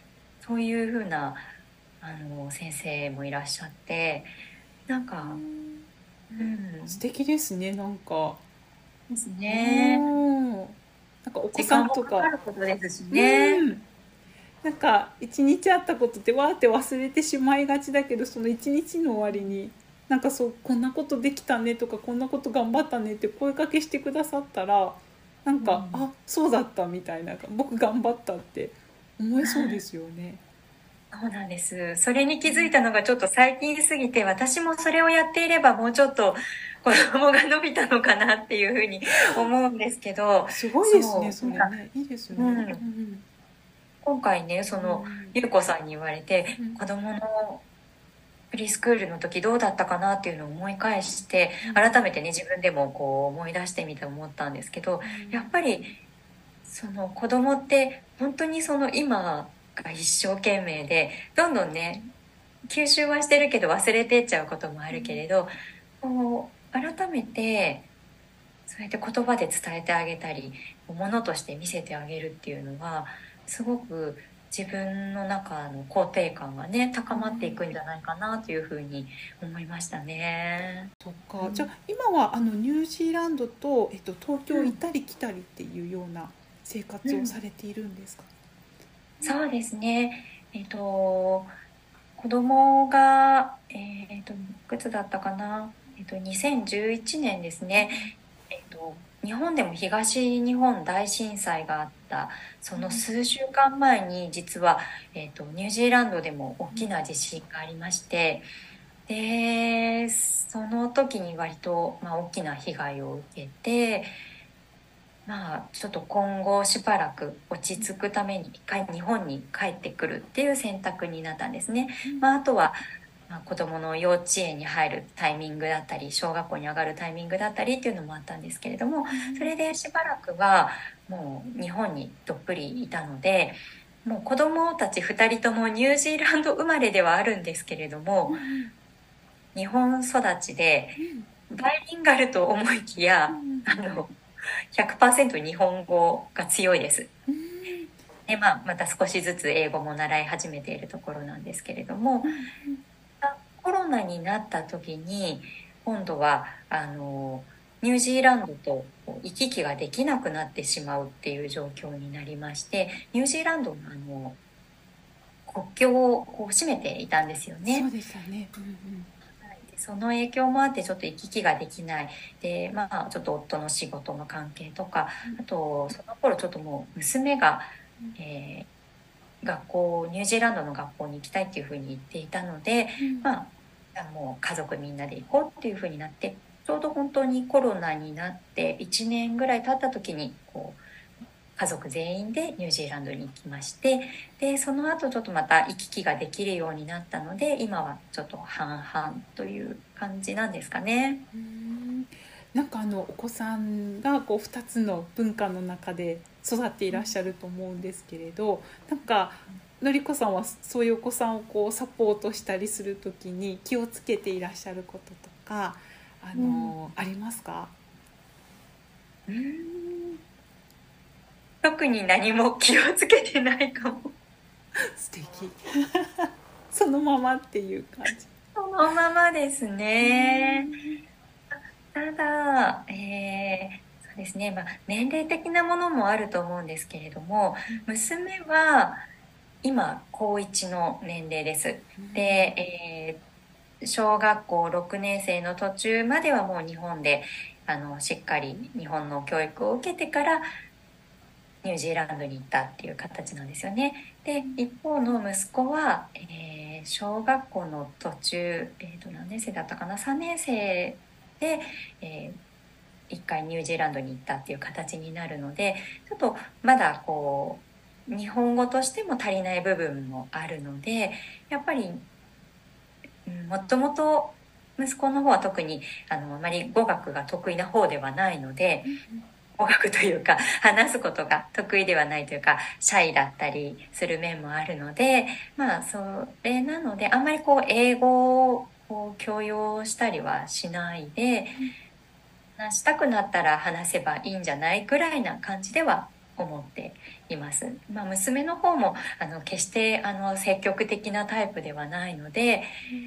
そういう風なあの先生もいらっしゃって、なんか、うん、 素敵ですね。なんかですうね。 んなんかお子時間もさんとかかかることですしうね。 んなんか一日あったことってわーって忘れてしまいがちだけど、その一日の終わりになんかそうこんなことできたねとかこんなこと頑張ったねって声かけしてくださったら、なんか、 うん、 あそうだったみたいな、僕頑張ったって思えそうですよね。 そうなんです。それに気づいたのがちょっと最近過ぎて、私もそれをやっていればもうちょっと子供が伸びたのかなっていうふうに思うんですけど、 すごいですね、 そう、なんか、 それね。いいですね。 ううんん、今回ね、その、 うんゆうこさんに言われて、 うん子供のフリースクールの時どうだったかなっていうのを思い返して、 うん改めてね、自分でもこう思い出してみて思ったんですけど、やっぱり、その子供って本当にその今が一生懸命で、どんどんね、吸収はしてるけど忘れてっちゃうこともあるけれど、こう改めてそうやって言葉で伝えてあげたり、ものとして見せてあげるっていうのはすごく自分の中の肯定感がね高まっていくんじゃないかなというふうに思いましたね。 そっか。じゃあうん、 今はあのニュージーランドと、えっと、東京行っうん、 たり来たりっていうような生活をうん、 されているんですか？ そうですね。えっと子供が、えっと、いくつだったかな、えっと、にせんじゅういちねんですね、えっと、日本でも東日本大震災があったその数週間前に実は、えっと、ニュージーランドでも大きな地震がありまして、でその時に割と、まあ、大きな被害を受けて、まあ、ちょっと今後しばらく落ち着くために一回日本に帰ってくるっていう選択になったんですね。まあ、あとは、まあ、子供の幼稚園に入るタイミングだったり小学校に上がるタイミングだったりっていうのもあったんですけれども、それでしばらくはもう日本にどっぷりいたので、もう子供たちふたりともニュージーランド生まれではあるんですけれども、日本育ちでバイリンガルと思いきや、あのひゃくパーセント 日本語が強いです。で、まあ、また少しずつ英語も習い始めているところなんですけれども、コロナになった時に今度はあのニュージーランドと行き来ができなくなってしまうっていう状況になりまして、ニュージーランドのあの国境をこう閉めていたんですよね。 そうでしたね。うんうん、 その影響もあってちょっと行き来ができないで、まあちょっと夫の仕事の関係とか、あとその頃ちょっともう娘が、えー、学校ニュージーランドの学校に行きたいっていうふうに言っていたので、まあもう家族みんなで行こうっていうふうになって、ちょうど本当にコロナになっていちねんぐらい経った時にこう家族全員でニュージーランドに行きまして、でその後ちょっとまた行き来ができるようになったので、今はちょっと半々という感じなんですかね。 うん、なんかあのお子さんがこうふたつの文化の中で育っていらっしゃると思うんですけれど、なんかのりこさんはそういうお子さんをこうサポートしたりするときに気をつけていらっしゃることとかあの、うん、ありますか？ うーん、特に何も気をつけてないかも。 素敵そのままっていう感じ。 そのままですね。ただ、えー、そうですね、まあ、年齢的なものもあると思うんですけれども、娘は今高いちの年齢です。で、えー、小学校ろくねん生の途中まではもう日本であのしっかり日本の教育を受けてからニュージーランドに行ったっていう形なんですよね。で、一方の息子は、えー、小学校の途中、えーと、何年生だったかな、さんねん生で、えー、一回ニュージーランドに行ったっていう形になるので、ちょっとまだこう日本語としても足りない部分もあるので、やっぱり、うん、もともと息子の方は特にあのあまり語学が得意な方ではないので、語学というか話すことが得意ではないというかシャイだったりする面もあるので、まあそれなのであんまりこう英語をこう強要したりはしないで、話したくなったら話せばいいんじゃないぐらいな感じでは思っています。まあ、娘の方もあの決してあの積極的なタイプではないので、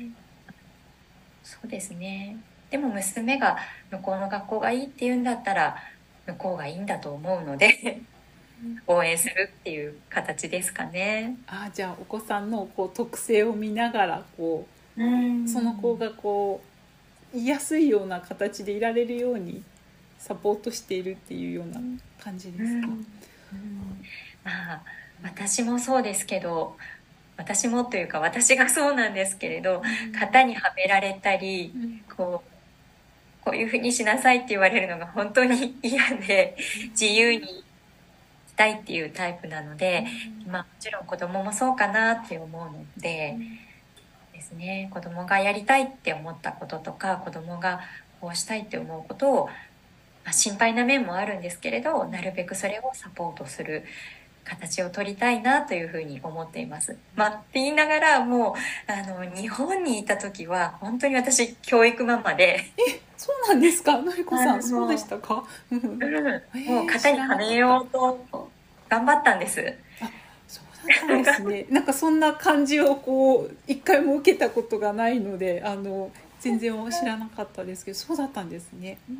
そうですね。でも娘が向こうの学校がいいって言うんだったら向こうがいいんだと思うので応援するっていう形ですかね。 あ、じゃあお子さんのこう特性を見ながらこう、うん、その子がこう言いやすいような形でいられるようにサポートしているっていうような感じですか？うんうん、 まあ、私もそうですけど、私もというか私がそうなんですけれど、型にはめられたり、こう、こういうふうにしなさいって言われるのが本当に嫌で、自由にしたいっていうタイプなので、まあ、もちろん子供もそうかなって思うので、ですね、子供がやりたいって思ったこととか、子供がこうしたいって思うことを、まあ、心配な面もあるんですけれど、なるべくそれをサポートする形を取りたいなというふうに思っています。まあ、って言いながらもうあの日本にいた時は本当に私教育ママで。 え、そうなんですか、のりこさん。そうでしたか？ うん、もう型にはめようと頑張ったんです。 あ、そうだったんですね。なんかそんな感じをこう一回も受けたことがないので、あの全然知らなかったですけど、そうだったんですね。うん、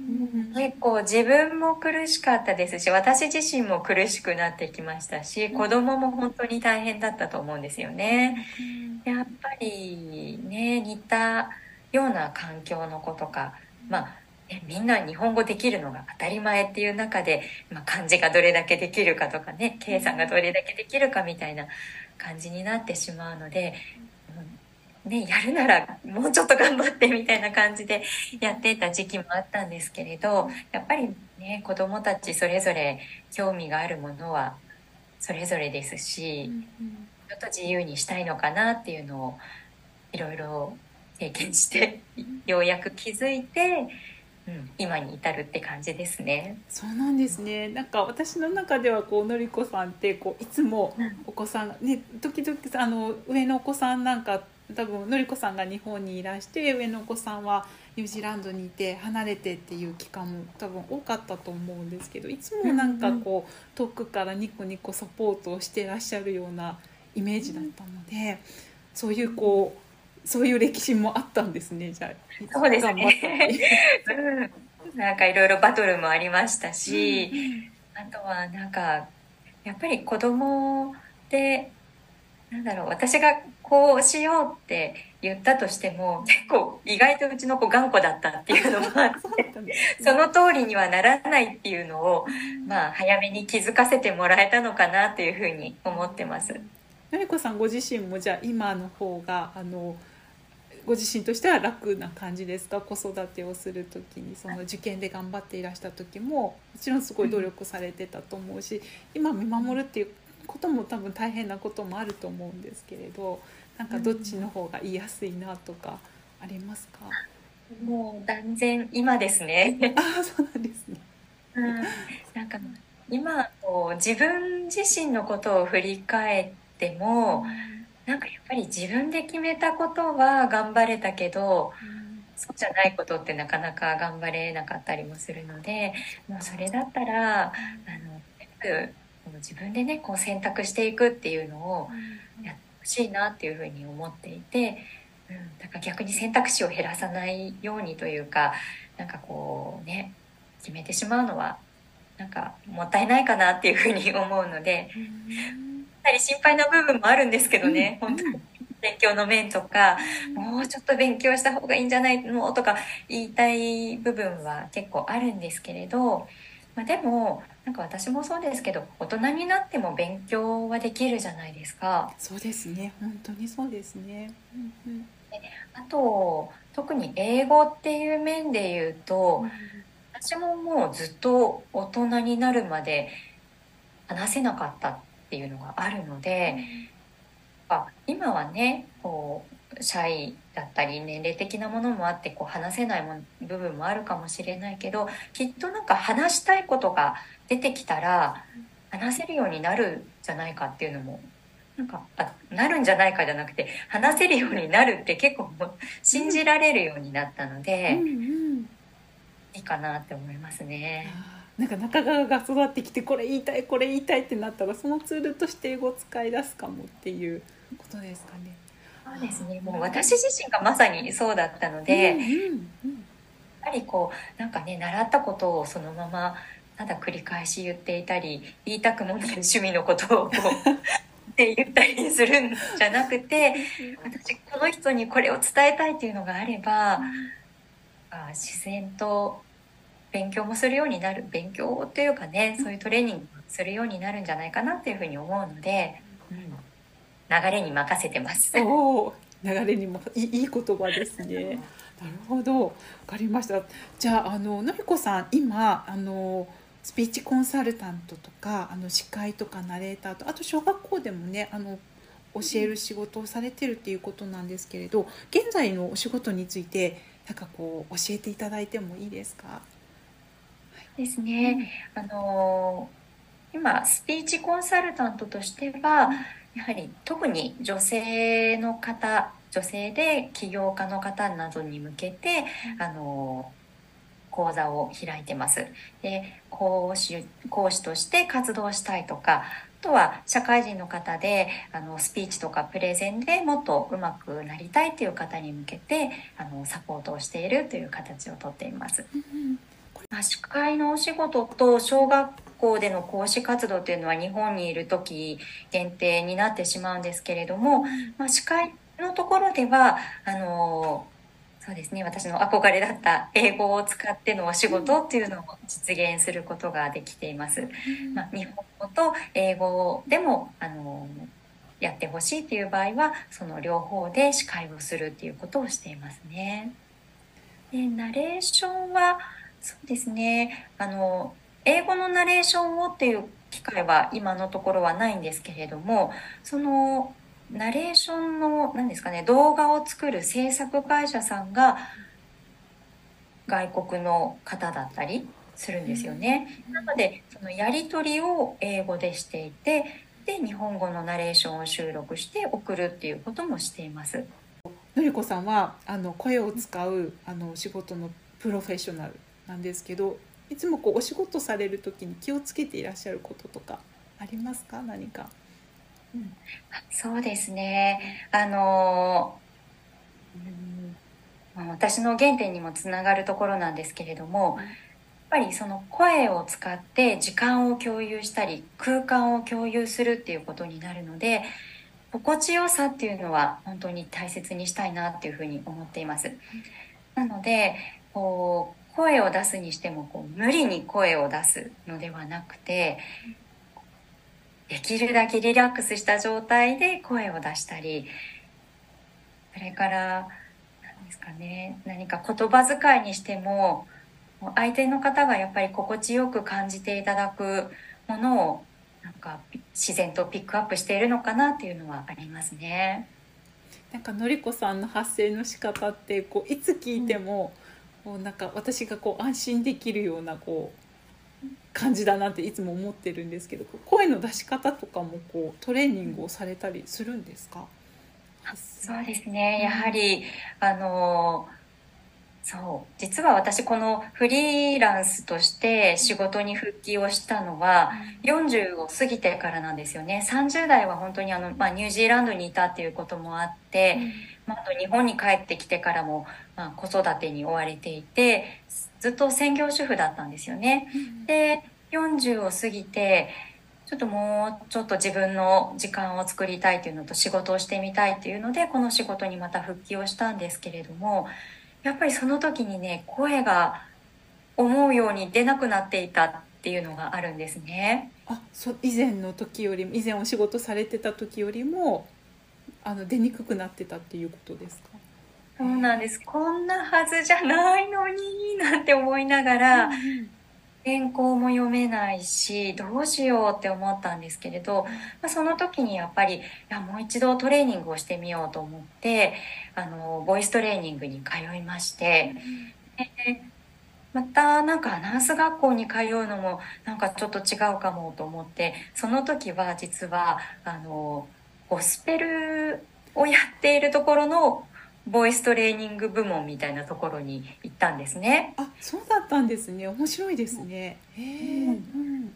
結構自分も苦しかったですし、私自身も苦しくなってきましたし、子供も本当に大変だったと思うんですよね。やっぱりね、似たような環境の子とか、まあみんな日本語できるのが当たり前っていう中で、まあ、漢字がどれだけできるかとかね、計算がどれだけできるかみたいな感じになってしまうので、ね、やるならもうちょっと頑張ってみたいな感じでやっていた時期もあったんですけれど、やっぱりね、子どもたちそれぞれ興味があるものはそれぞれですし、ちょっと自由にしたいのかなっていうのをいろいろ経験してようやく気づいて、うん、今に至るって感じですね。 そうなんですね。なんか私の中ではこうのりこさんってこういつもお子さんがね、時々あの上のお子さんなんか多分のりこさんが日本にいらして上のお子さんはニュージーランドにいて離れてっていう期間も多分多かったと思うんですけど、いつもなんかこう遠くからニコニコサポートをしてらっしゃるようなイメージだったので、そういうこうそういう歴史もあったんですね。じゃあそうですねうん、なんかいろいろバトルもありましたし、うんうん、あとはなんかやっぱり子供でなんだろう、私がこうしようって言ったとしても結構意外とうちの子頑固だったっていうのもあってその通りにはならないっていうのを、まあ、早めに気づかせてもらえたのかなというふうに思ってます。 のりこさんご自身もじゃあ今の方があのご自身としては楽な感じですか？子育てをする時にその受験で頑張っていらした時ももちろんすごい努力されてたと思うし、今見守るっていうことも多分大変なこともあると思うんですけれど、なんかどっちの方が言いやすいなとかありますか？ もう断然今ですねああ、そうなんですね、 うん、なんか今こう自分自身のことを振り返っても、なんかやっぱり自分で決めたことは頑張れたけど、そうじゃないことってなかなか頑張れなかったりもするので、もうそれだったらあの全部自分でねこう選択していくっていうのをやってほしいなっていうふうに思っていて、うん、だから逆に選択肢を減らさないようにというか、なんかこうね決めてしまうのはなんかもったいないかなっていうふうに思うので、やはり心配な部分もあるんですけどね、本当に勉強の面とか、もうちょっと勉強した方がいいんじゃないのとか言いたい部分は結構あるんですけれど、まあ、でもなんか私もそうですけど大人になっても勉強はできるじゃないですか。 そうですね、本当にそうですね、うんうん、 あと特に英語っていう面で言うと、うん、私ももうずっと大人になるまで話せなかったっていうのがあるので、うん、今はねこうシャイだったり年齢的なものもあってこう話せないも部分もあるかもしれないけど、きっとなんか話したいことが出てきたら話せるようになるんじゃないかっていうのもなんかあなるんじゃないかじゃなくて話せるようになるって結構もう信じられるようになったので、うんうん、いいかなって思いますね。 なんか中川が育ってきてこれ言いたいこれ言いたいってなったらそのツールとして英語を使い出すかもっていうことですかね。 そうですね。もう私自身がまさにそうだったので、 うんうんうん、 やっぱりこうなんかね、習ったことをそのままただ繰り返し言っていたり、言いたくもない趣味のことをこうって言ったりするんじゃなくて、私この人にこれを伝えたいっていうのがあれば、あ自然と勉強もするようになる、勉強というかね、そういうトレーニングするようになるんじゃないかなっていうふうに思うので、うん、流れに任せてます。 おー、流れにもいい、いい言葉ですね。なるほど、わかりました。じゃあ、あののりこさん今あのスピーチコンサルタントとかあの司会とかナレーターと、あと小学校でもねあの教える仕事をされてるっていうことなんですけれど、現在のお仕事についてなんかこう教えていただいてもいいですか？ ですね。あの今スピーチコンサルタントとしてはやはり特に女性の方、女性で起業家の方などに向けてあの講座を開いてます。で、講師、講師として活動したいとか、あとは社会人の方であのスピーチとかプレゼンでもっと上手くなりたいという方に向けてあのサポートをしているという形をとっています。 うんまあ、司会のお仕事と小学校での講師活動というのは日本にいる時限定になってしまうんですけれども、まあ、司会のところではあのそうですね、私の憧れだった英語を使ってのお仕事っていうのを実現することができています。まあ、日本語と英語でもあのやってほしいという場合はその両方で司会をするっていうことをしていますね。で、ナレーションはそうですね、あの英語のナレーションをっていう機会は今のところはないんですけれども、そのナレーションの何ですかね、動画を作る制作会社さんが外国の方だったりするんですよね。なのでそのやり取りを英語でしていて、で日本語のナレーションを収録して送るっていうこともしています。 のりこさんはあの声を使うあの仕事のプロフェッショナルなんですけど、いつもこうお仕事される時に気をつけていらっしゃることとかありますか？何か。 うん、そうですね。あの、うんまあ私の原点にもつながるところなんですけれども、やっぱりその声を使って時間を共有したり空間を共有するっていうことになるので、心地よさっていうのは本当に大切にしたいなっていうふうに思っています。なのでこう声を出すにしてもこう無理に声を出すのではなくて、できるだけリラックスした状態で声を出したり、それから何ですかね、何か言葉遣いにしても相手の方がやっぱり心地よく感じていただくものをなんか自然とピックアップしているのかなっていうのはありますね。 なんかのりこさんの発声の仕方ってこういつ聞いても、うん、こうなんか私がこう安心できるようなこう感じだなっていつも思ってるんですけど、声の出し方とかもこうトレーニングをされたりするんですか？ そうですね、やはりあのそう実は私このフリーランスとして仕事に復帰をしたのはよんじゅうを過ぎてからなんですよね。さんじゅう代は本当にあの、まあ、ニュージーランドにいたっていうこともあって、まあ、あと日本に帰ってきてからも、まあ、子育てに追われていてずっと専業主婦だったんですよね。でよんじゅうを過ぎてちょっともうちょっと自分の時間を作りたいというのと仕事をしてみたいというのでこの仕事にまた復帰をしたんですけれども、やっぱりその時にね声が思うように出なくなっていたっていうのがあるんですね。 あ、そ以前の時よりも以前お仕事されてた時よりもあの出にくくなってたっていうことですか？ そうなんです。こんなはずじゃないのになんて思いながら、原稿も読めないしどうしようって思ったんですけれど、まあ、その時にやっぱりいやもう一度トレーニングをしてみようと思ってあのボイストレーニングに通いまして、でまたなんかアナウンス学校に通うのもなんかちょっと違うかもと思って、その時は実はあのゴスペルをやっているところのボイストレーニング部門みたいなところに行ったんですね。 あ、そうだったんですね。面白いですね。へえ、うん、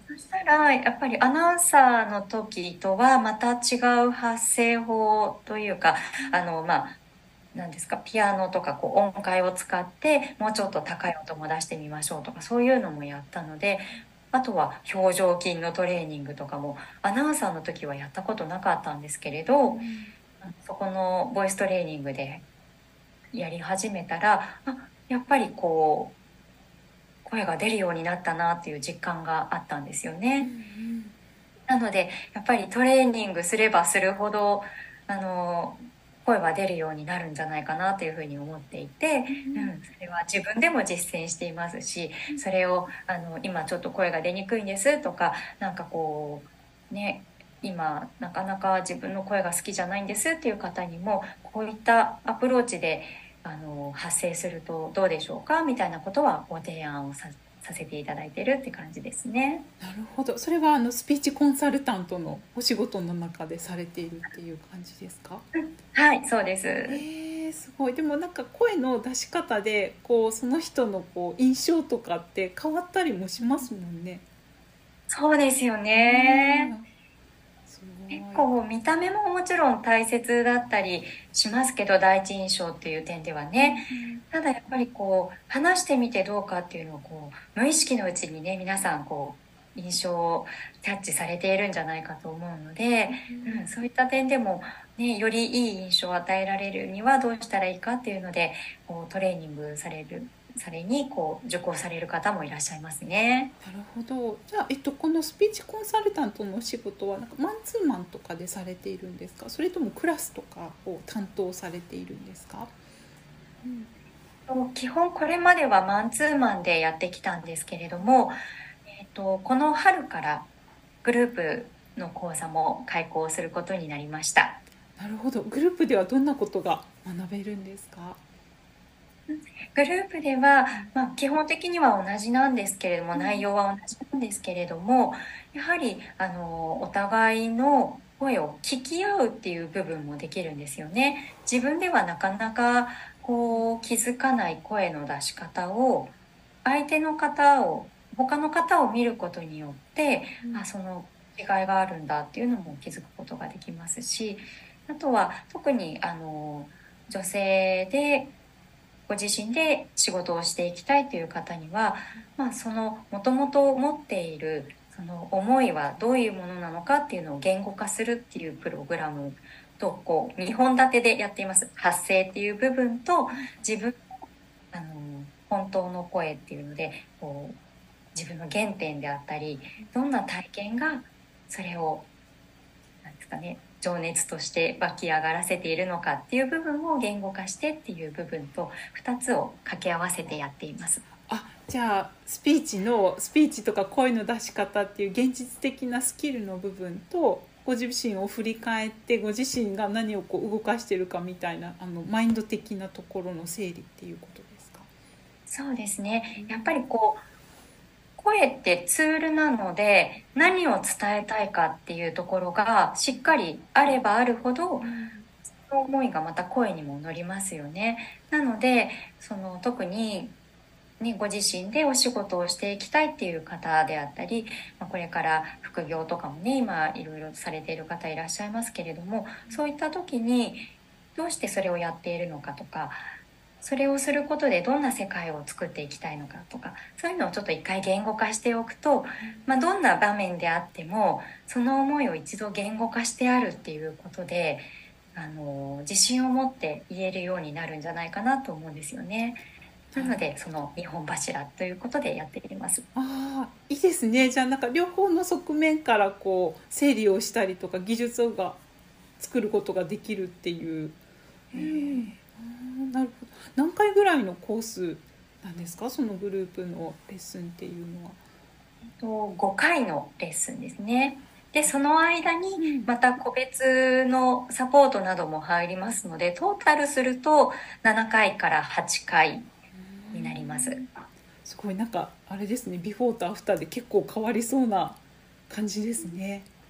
そしたらやっぱりアナウンサーの時とはまた違う発声法というか、あのまあなんですか、ピアノとかこう音階を使ってもうちょっと高い音も出してみましょうとか、そういうのもやったので、あとは表情筋のトレーニングとかもアナウンサーの時はやったことなかったんですけれど、 うん、 そこのボイストレーニングでやり始めたら、あ、やっぱりこう声が出るようになったなっていう実感があったんですようん、うね。 ん、 なのでやっぱりトレーニングすればするほどあの声は出るようになるんじゃないかなというふうに思っていて、うん、それは自分でも実践していますし、それをあの今ちょっと声が出にくいんですとか、なんかこうね、今なかなか自分の声が好きじゃないんですっていう方にもこういったアプローチであの発声するとどうでしょうかみたいなことはご提案をささせていただいてるって感じですね。 なるほど。それはあのスピーチコンサルタントのお仕事の中でされているっていう感じですか？ はい、そうです。 えー、すごい。でもなんか声の出し方でこうその人のこう印象とかって変わったりもしますもんね。 そうですようね。 ん、すごい。 結構見た目ももちろん大切だったりしますけど、第一印象っていう点ではね。 うん、 ただやっぱりこう話してみてどうかっていうのをこう無意識のうちにね、皆さんこう印象をキャッチされているんじゃないかと思うので、うん、そういった点でも、ね、よりいい印象を与えられるにはどうしたらいいかっていうのでこうトレーニングされるされにこう受講される方もいらっしゃいますね。 なるほど。じゃあ、えっと、このスピーチコンサルタントのお仕事はなんかマンツーマンとかでされているんですか？それともクラスとかを担当されているんですか？うん、 基本これまではマンツーマンでやってきたんですけれども、えっと、この春からグループの講座も開講することになりました。 なるほど。グループではどんなことが学べるんですか？ グループでは、まあ、基本的には同じなんですけれども、内容は同じなんですけれども、やはりあのお互いの声を聞き合うっていう部分もできるんですよね。自分ではなかなかこう気づかない声の出し方を相手の方を他の方を見ることによって、 うん、 あ、その違いがあるんだっていうのも気づくことができますし、あとは特にあの女性でご自身で仕事をしていきたいという方には、まあ、そのもともと持っているその思いはどういうものなのかっていうのを言語化するっていうプログラムとこうにほん立てでやっています。発声っていう部分と自分あの本当の声っていうのでこう自分の原点であったりどんな体験がそれをなんですかね、情熱として湧き上がらせているのかっていう部分を言語化してっていう部分とふたつを掛け合わせてやっています。 あ、じゃあスピーチのスピーチとか声の出し方っていう現実的なスキルの部分とご自身を振り返ってご自身が何をこう動かしているかみたいなあのマインド的なところの整理っていうことですか？ そうですね。やっぱりこう声ってツールなので何を伝えたいかっていうところがしっかりあればあるほどその思いがまた声にも乗りますよね。なのでその特にね、ご自身でお仕事をしていきたいっていう方であったり、まあ、これから副業とかもね今いろいろされている方いらっしゃいますけれども、そういった時にどうしてそれをやっているのかとか、それをすることでどんな世界を作っていきたいのかとか、そういうのをちょっと一回言語化しておくと、まあ、どんな場面であってもその思いを一度言語化してあるっていうことであの自信を持って言えるようになるんじゃないかなと思うんですよね。なのでそのにほん柱ということでやっています。 ああ、いいですね。じゃあなんか両方の側面からこう整理をしたりとか技術が作ることができるっていう。へえ、あ、なるほど。何回ぐらいのコースなんですか？そのグループのレッスンっていうのは。 とごかいのレッスンですね。でその間にまた個別のサポートなども入りますので、トータルするとななかいからはちかいになります。 すごいなんかあれですね、ビフォーとアフターで結構変わりそうな感じですね。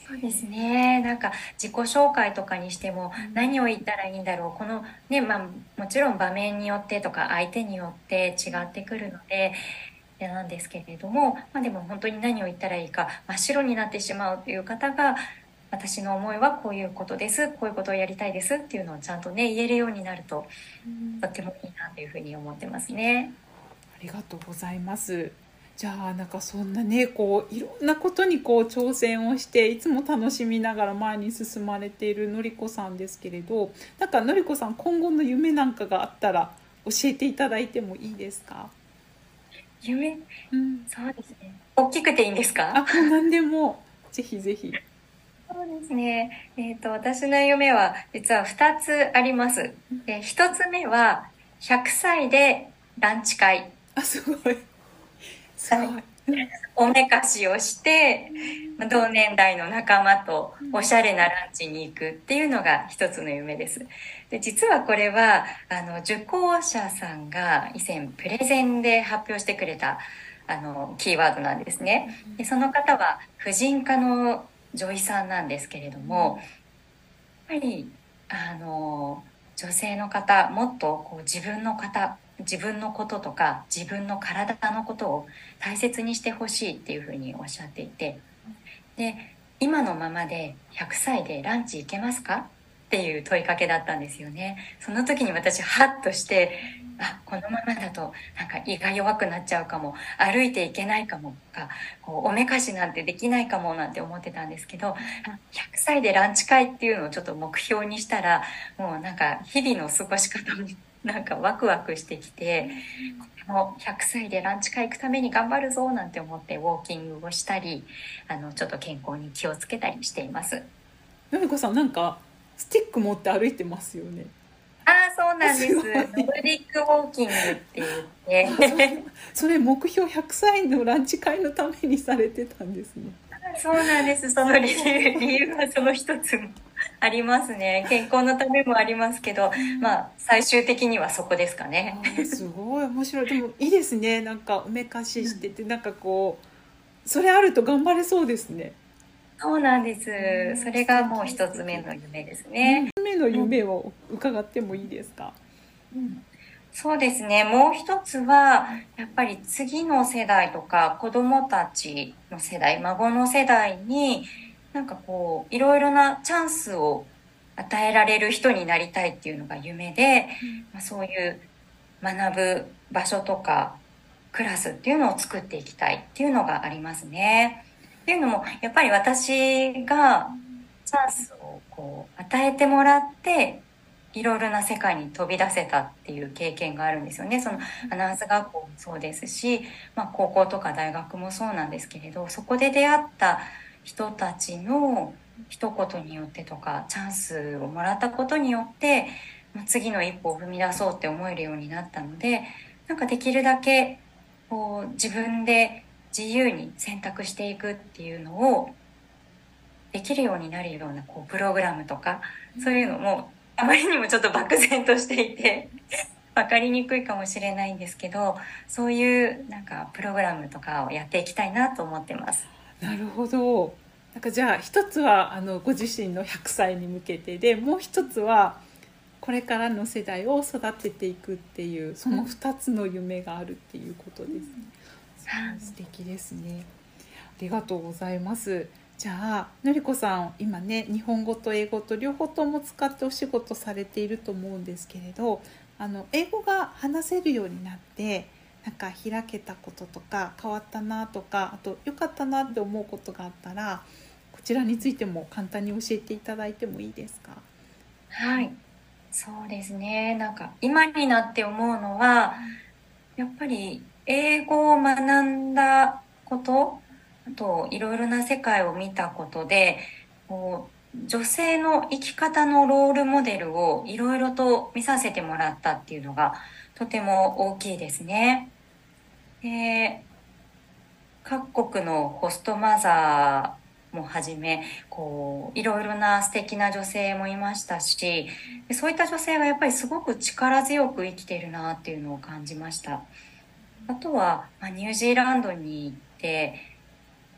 そうですね。なんか自己紹介とかにしても何を言ったらいいんだろう。このね、まあもちろん場面によってとか相手によって違ってくるので、なんですけれども、まあでも本当に何を言ったらいいか真っ白になってしまうという方が、私の思いはこういうことです。こういうことをやりたいですっていうのをちゃんとね、言えるようになると、とってもいいなというふうに思ってますね。 ありがとうございます。じゃあなんかそんなねこういろんなことにこう挑戦をしていつも楽しみながら前に進まれているのりこさんですけれど、なんかのりこさん今後の夢なんかがあったら教えていただいてもいいですか？ 夢、 うん、 そうですね。大きくていいんですか？ あ、もう何でもぜひぜひ。 そうですね。えっと、私の夢は実はふたつあります。で、ひとつめはひゃくさいでランチ会。 あ、すごいすごい、 はい、おめかしをして、同年代の仲間とおしゃれなランチに行くっていうのが一つの夢です。で、実はこれは、あの、受講者さんが以前プレゼンで発表してくれた、あの、キーワードなんですね。で、その方は婦人科の女医さんなんですけれども、やっぱり、あの、女性の方、もっとこう自分の方、自分のこととか自分の体のことを大切にしてほしいっていうふうにおっしゃっていて、で、今のままでひゃくさいでランチ行けますかっていう問いかけだったんですよね。その時に私ハッとして、あ、このままだとなんか胃が弱くなっちゃうかも、歩いていけないかもとか、こうおめかしなんてできないかもなんて思ってたんですけど、ひゃくさいでランチ会っていうのをちょっと目標にしたら、もうなんか日々の過ごし方もなんかワクワクしてきて、もうひゃくさいでランチ会行くために頑張るぞなんて思ってウォーキングをしたり、あのちょっと健康に気をつけたりしています。 のりこさんなんかスティック持って歩いてますよね。 ああ、そうなんです。ノルすごいディックウォーキングって言ってそれ目標ひゃくさいのランチ会のためにされてたんですね。 そうなんです。その理由、理由はその一つもありますね。健康のためもありますけど、まあ最終的にはそこですかね。 あ、すごい面白い。でもいいですね。なんかおめかししてて、なんかこうそれあると頑張れそうですね。 そうなんです。それがもう一つ目の夢ですね。 夢の夢を伺ってもいいですか？ うん、そうですね。もう一つは、やっぱり次の世代とか子供たちの世代、孫の世代に、なんかこう、いろいろなチャンスを与えられる人になりたいっていうのが夢で、まあ、そういう学ぶ場所とかクラスっていうのを作っていきたいっていうのがありますね。っていうのも、やっぱり私がチャンスをこう与えてもらって、いろいろな世界に飛び出せたっていう経験があるんですよね。そのアナウンス学校もそうですし、まあ、高校とか大学もそうなんですけれど、そこで出会った人たちの一言によってとかチャンスをもらったことによって、まあ、次の一歩を踏み出そうって思えるようになったので、なんかできるだけこう自分で自由に選択していくっていうのをできるようになるようなこうプログラムとか、そういうのもあまりにもちょっと漠然としていて分かりにくいかもしれないんですけど、そういうなんかプログラムとかをやっていきたいなと思ってます。 なるほど。なんかじゃあ一つはあのご自身のひゃくさいに向けてで、もう一つはこれからの世代を育てていくっていう、そのふたつの夢があるっていうことですね。うん、素敵ですね。ありがとうございます。じゃあのりこさん今ね日本語と英語と両方とも使ってお仕事されていると思うんですけれど、あの英語が話せるようになってなんか開けたこととか変わったなとか、あと良かったなって思うことがあったらこちらについても簡単に教えていただいてもいいですか？ はい、そうですね。なんか今になって思うのは、やっぱり英語を学んだこと、あといろいろな世界を見たことで、こう女性の生き方のロールモデルをいろいろと見させてもらったっていうのがとても大きいですね。で、各国のホストマザーもはじめ、こういろいろな素敵な女性もいましたし、そういった女性がやっぱりすごく力強く生きているなっていうのを感じました。あとは、まあ、ニュージーランドに行って、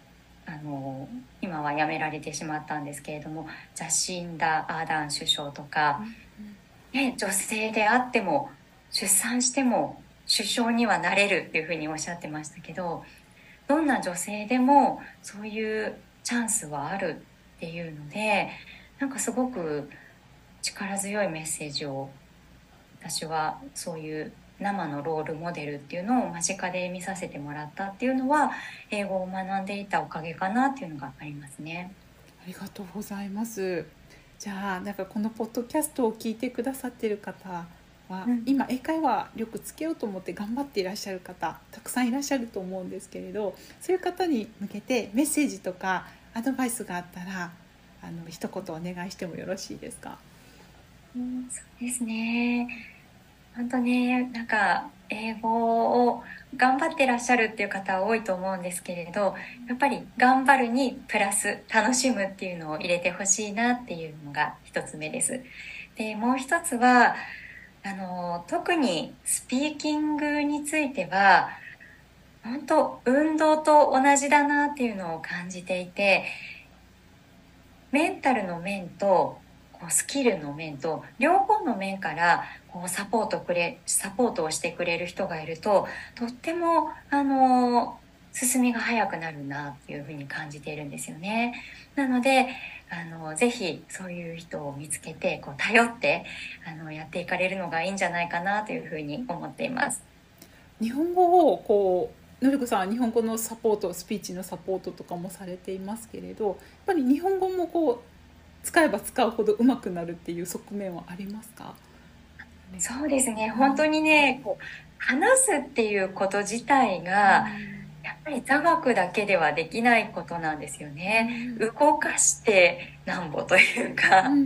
あの今は辞められてしまったんですけれども、ジャシンダ・アーダーン首相とか、ね、女性であっても出産しても首相にはなれるっていうふうにおっしゃってましたけど、どんな女性でもそういうチャンスはあるっていうので、なんかすごく力強いメッセージを、私はそういう生のロールモデルっていうのを間近で見させてもらったっていうのは、英語を学んでいたおかげかなっていうのがありますね。 ありがとうございます。じゃあなんかこのポッドキャストを聞いてくださっている方は、うん、今英会話力つけようと思って頑張っていらっしゃる方たくさんいらっしゃると思うんですけれど、そういう方に向けてメッセージとかアドバイスがあったら、あの一言お願いしてもよろしいですか？ うん、そうですね。本当ね、なんか英語を頑張ってらっしゃるっていう方は多いと思うんですけれど、やっぱり頑張るにプラス楽しむっていうのを入れてほしいなっていうのが一つ目です。で、もう一つはあの特にスピーキングについては本当運動と同じだなっていうのを感じていて、メンタルの面とこうスキルの面と両方の面からこうサポートくれサポートをしてくれる人がいると、とってもあの進みが早くなるなっていうふうに感じているんですよね。なのであのぜひそういう人を見つけてこう頼ってあのやっていかれるのがいいんじゃないかなというふうに思っています。 日本語をこうのりこさんは日本語のサポート、スピーチのサポートとかもされていますけれど、やっぱり日本語もこう使えば使うほど上手くなるっていう側面はありますか？ そうですね、本当にね、こう話すっていうこと自体が、やっぱり座学だけではできないことなんですよね。うん、動かしてなんぼというか、うんうん、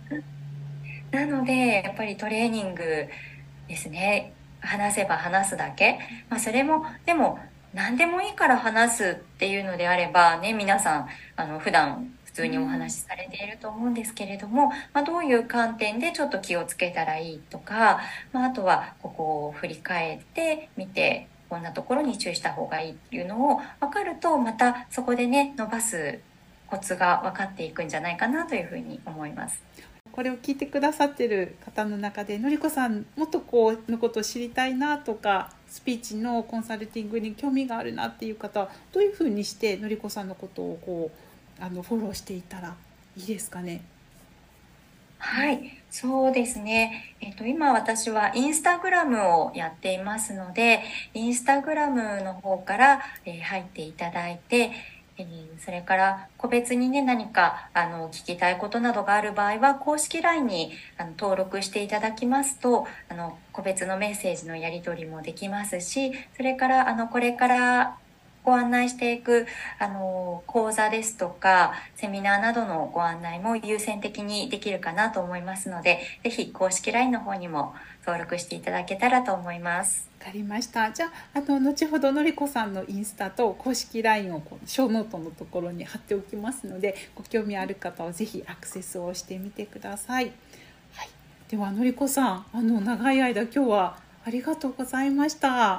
なのでやっぱりトレーニングですね。話せば話すだけ、まあ、それもでも何でもいいから話すっていうのであればね、皆さんあの普段普通にお話しされていると思うんですけれども、まあ、どういう観点でちょっと気をつけたらいいとか、まあ、あとはここを振り返ってみてこんなところに注意した方がいいっていうのを分かると、またそこでね伸ばすコツが分かっていくんじゃないかなというふうに思います。 これを聞いてくださってる方の中で、のりこさんもっとこうのことを知りたいなとか、スピーチのコンサルティングに興味があるなっていう方は、どういうふうにしてのりこさんのことをこうあのフォローしていったらいいですかね？ はい、そうですね。えっと、今私はインスタグラムをやっていますので、インスタグラムの方から、えー、入っていただいて、えー、それから個別にね、何かあの聞きたいことなどがある場合は、公式 ライン にあの登録していただきますと、あの個別のメッセージのやり取りもできますし、それからあのこれからご案内していくあの講座ですとかセミナーなどのご案内も優先的にできるかなと思いますので、ぜひ公式 ライン の方にも登録していただけたらと思います。 わかりました。じゃあ、あの後ほどのりこさんのインスタと公式 ライン をこうショーノートのところに貼っておきますので、ご興味ある方はぜひアクセスをしてみてください。はい、ではのりこさん、あの長い間今日はありがとうございました。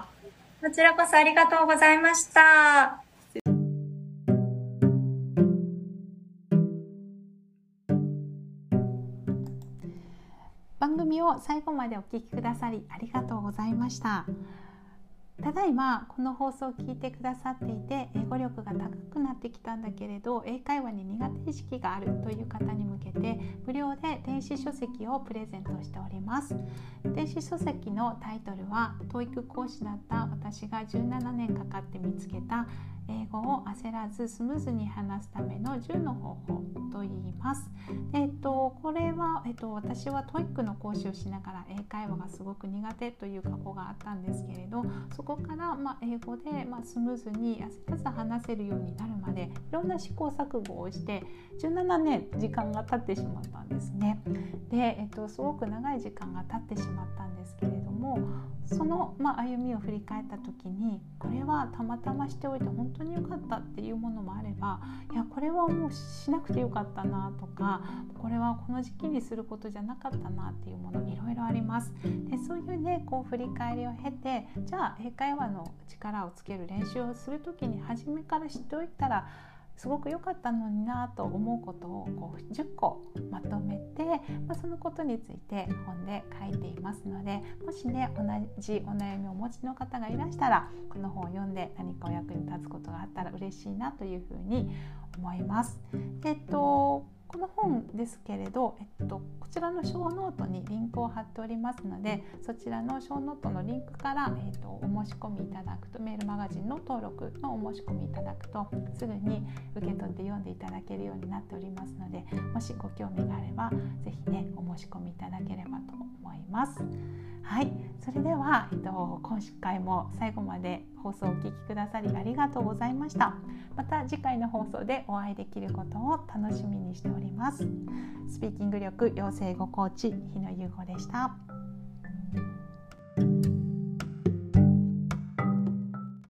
こちらこそありがとうございました。 番組を最後までお聞きくださりありがとうございました。ただいまこの放送を聞いてくださっていて、英語力が高くなってきたんだけれど英会話に苦手意識があるという方に向けて、無料で電子書籍をプレゼントしております。電子書籍のタイトルは、トーイック講師だった私がじゅうななねんかかって見つけた英語を焦らずスムーズに話すためのじゅうの方法と言います。えっと、これは、えっと、私は トーイック の講師をしながら英会話がすごく苦手という過去があったんですけれど、そこから、まあ、英語で、まあ、スムーズに焦らず話せるようになるまでいろんな試行錯誤をしてじゅうななねん時間が経ってしまったんですね。で、えっと、すごく長い時間が経ってしまったんですけれども、その、まあ、歩みを振り返った時に、これはたまたましておいて本当当に良かったっていうものもあれば、いやこれはもうしなくてよかったなとか、これはこの時期にすることじゃなかったなっていうものいろいろあります。でそういうねこう振り返りを経て、じゃあ英会話の力をつける練習をするときに初めから知っておいたらすごく良かったのになと思うことをこうじゅっこまとめて、まあ、そのことについて本で書いていますので、もしね同じお悩みをお持ちの方がいらしたら、この本を読んで何かお役に立つことがあったら嬉しいなというふうに思います。えっとこの本ですけれど、えっと、こちらのショーノートにリンクを貼っておりますので、そちらのショーノートのリンクから、えっと、お申し込みいただくと、メールマガジンの登録のお申し込みいただくとすぐに受け取って読んでいただけるようになっておりますので、もしご興味があればぜひねお申し込みいただければと思います。はい、それでは、えっと、今回も最後まで放送をお聞きくださりありがとうございました。また次回の放送でお会いできることを楽しみにしております。スピーキング力養成語コーチ日野優子でした。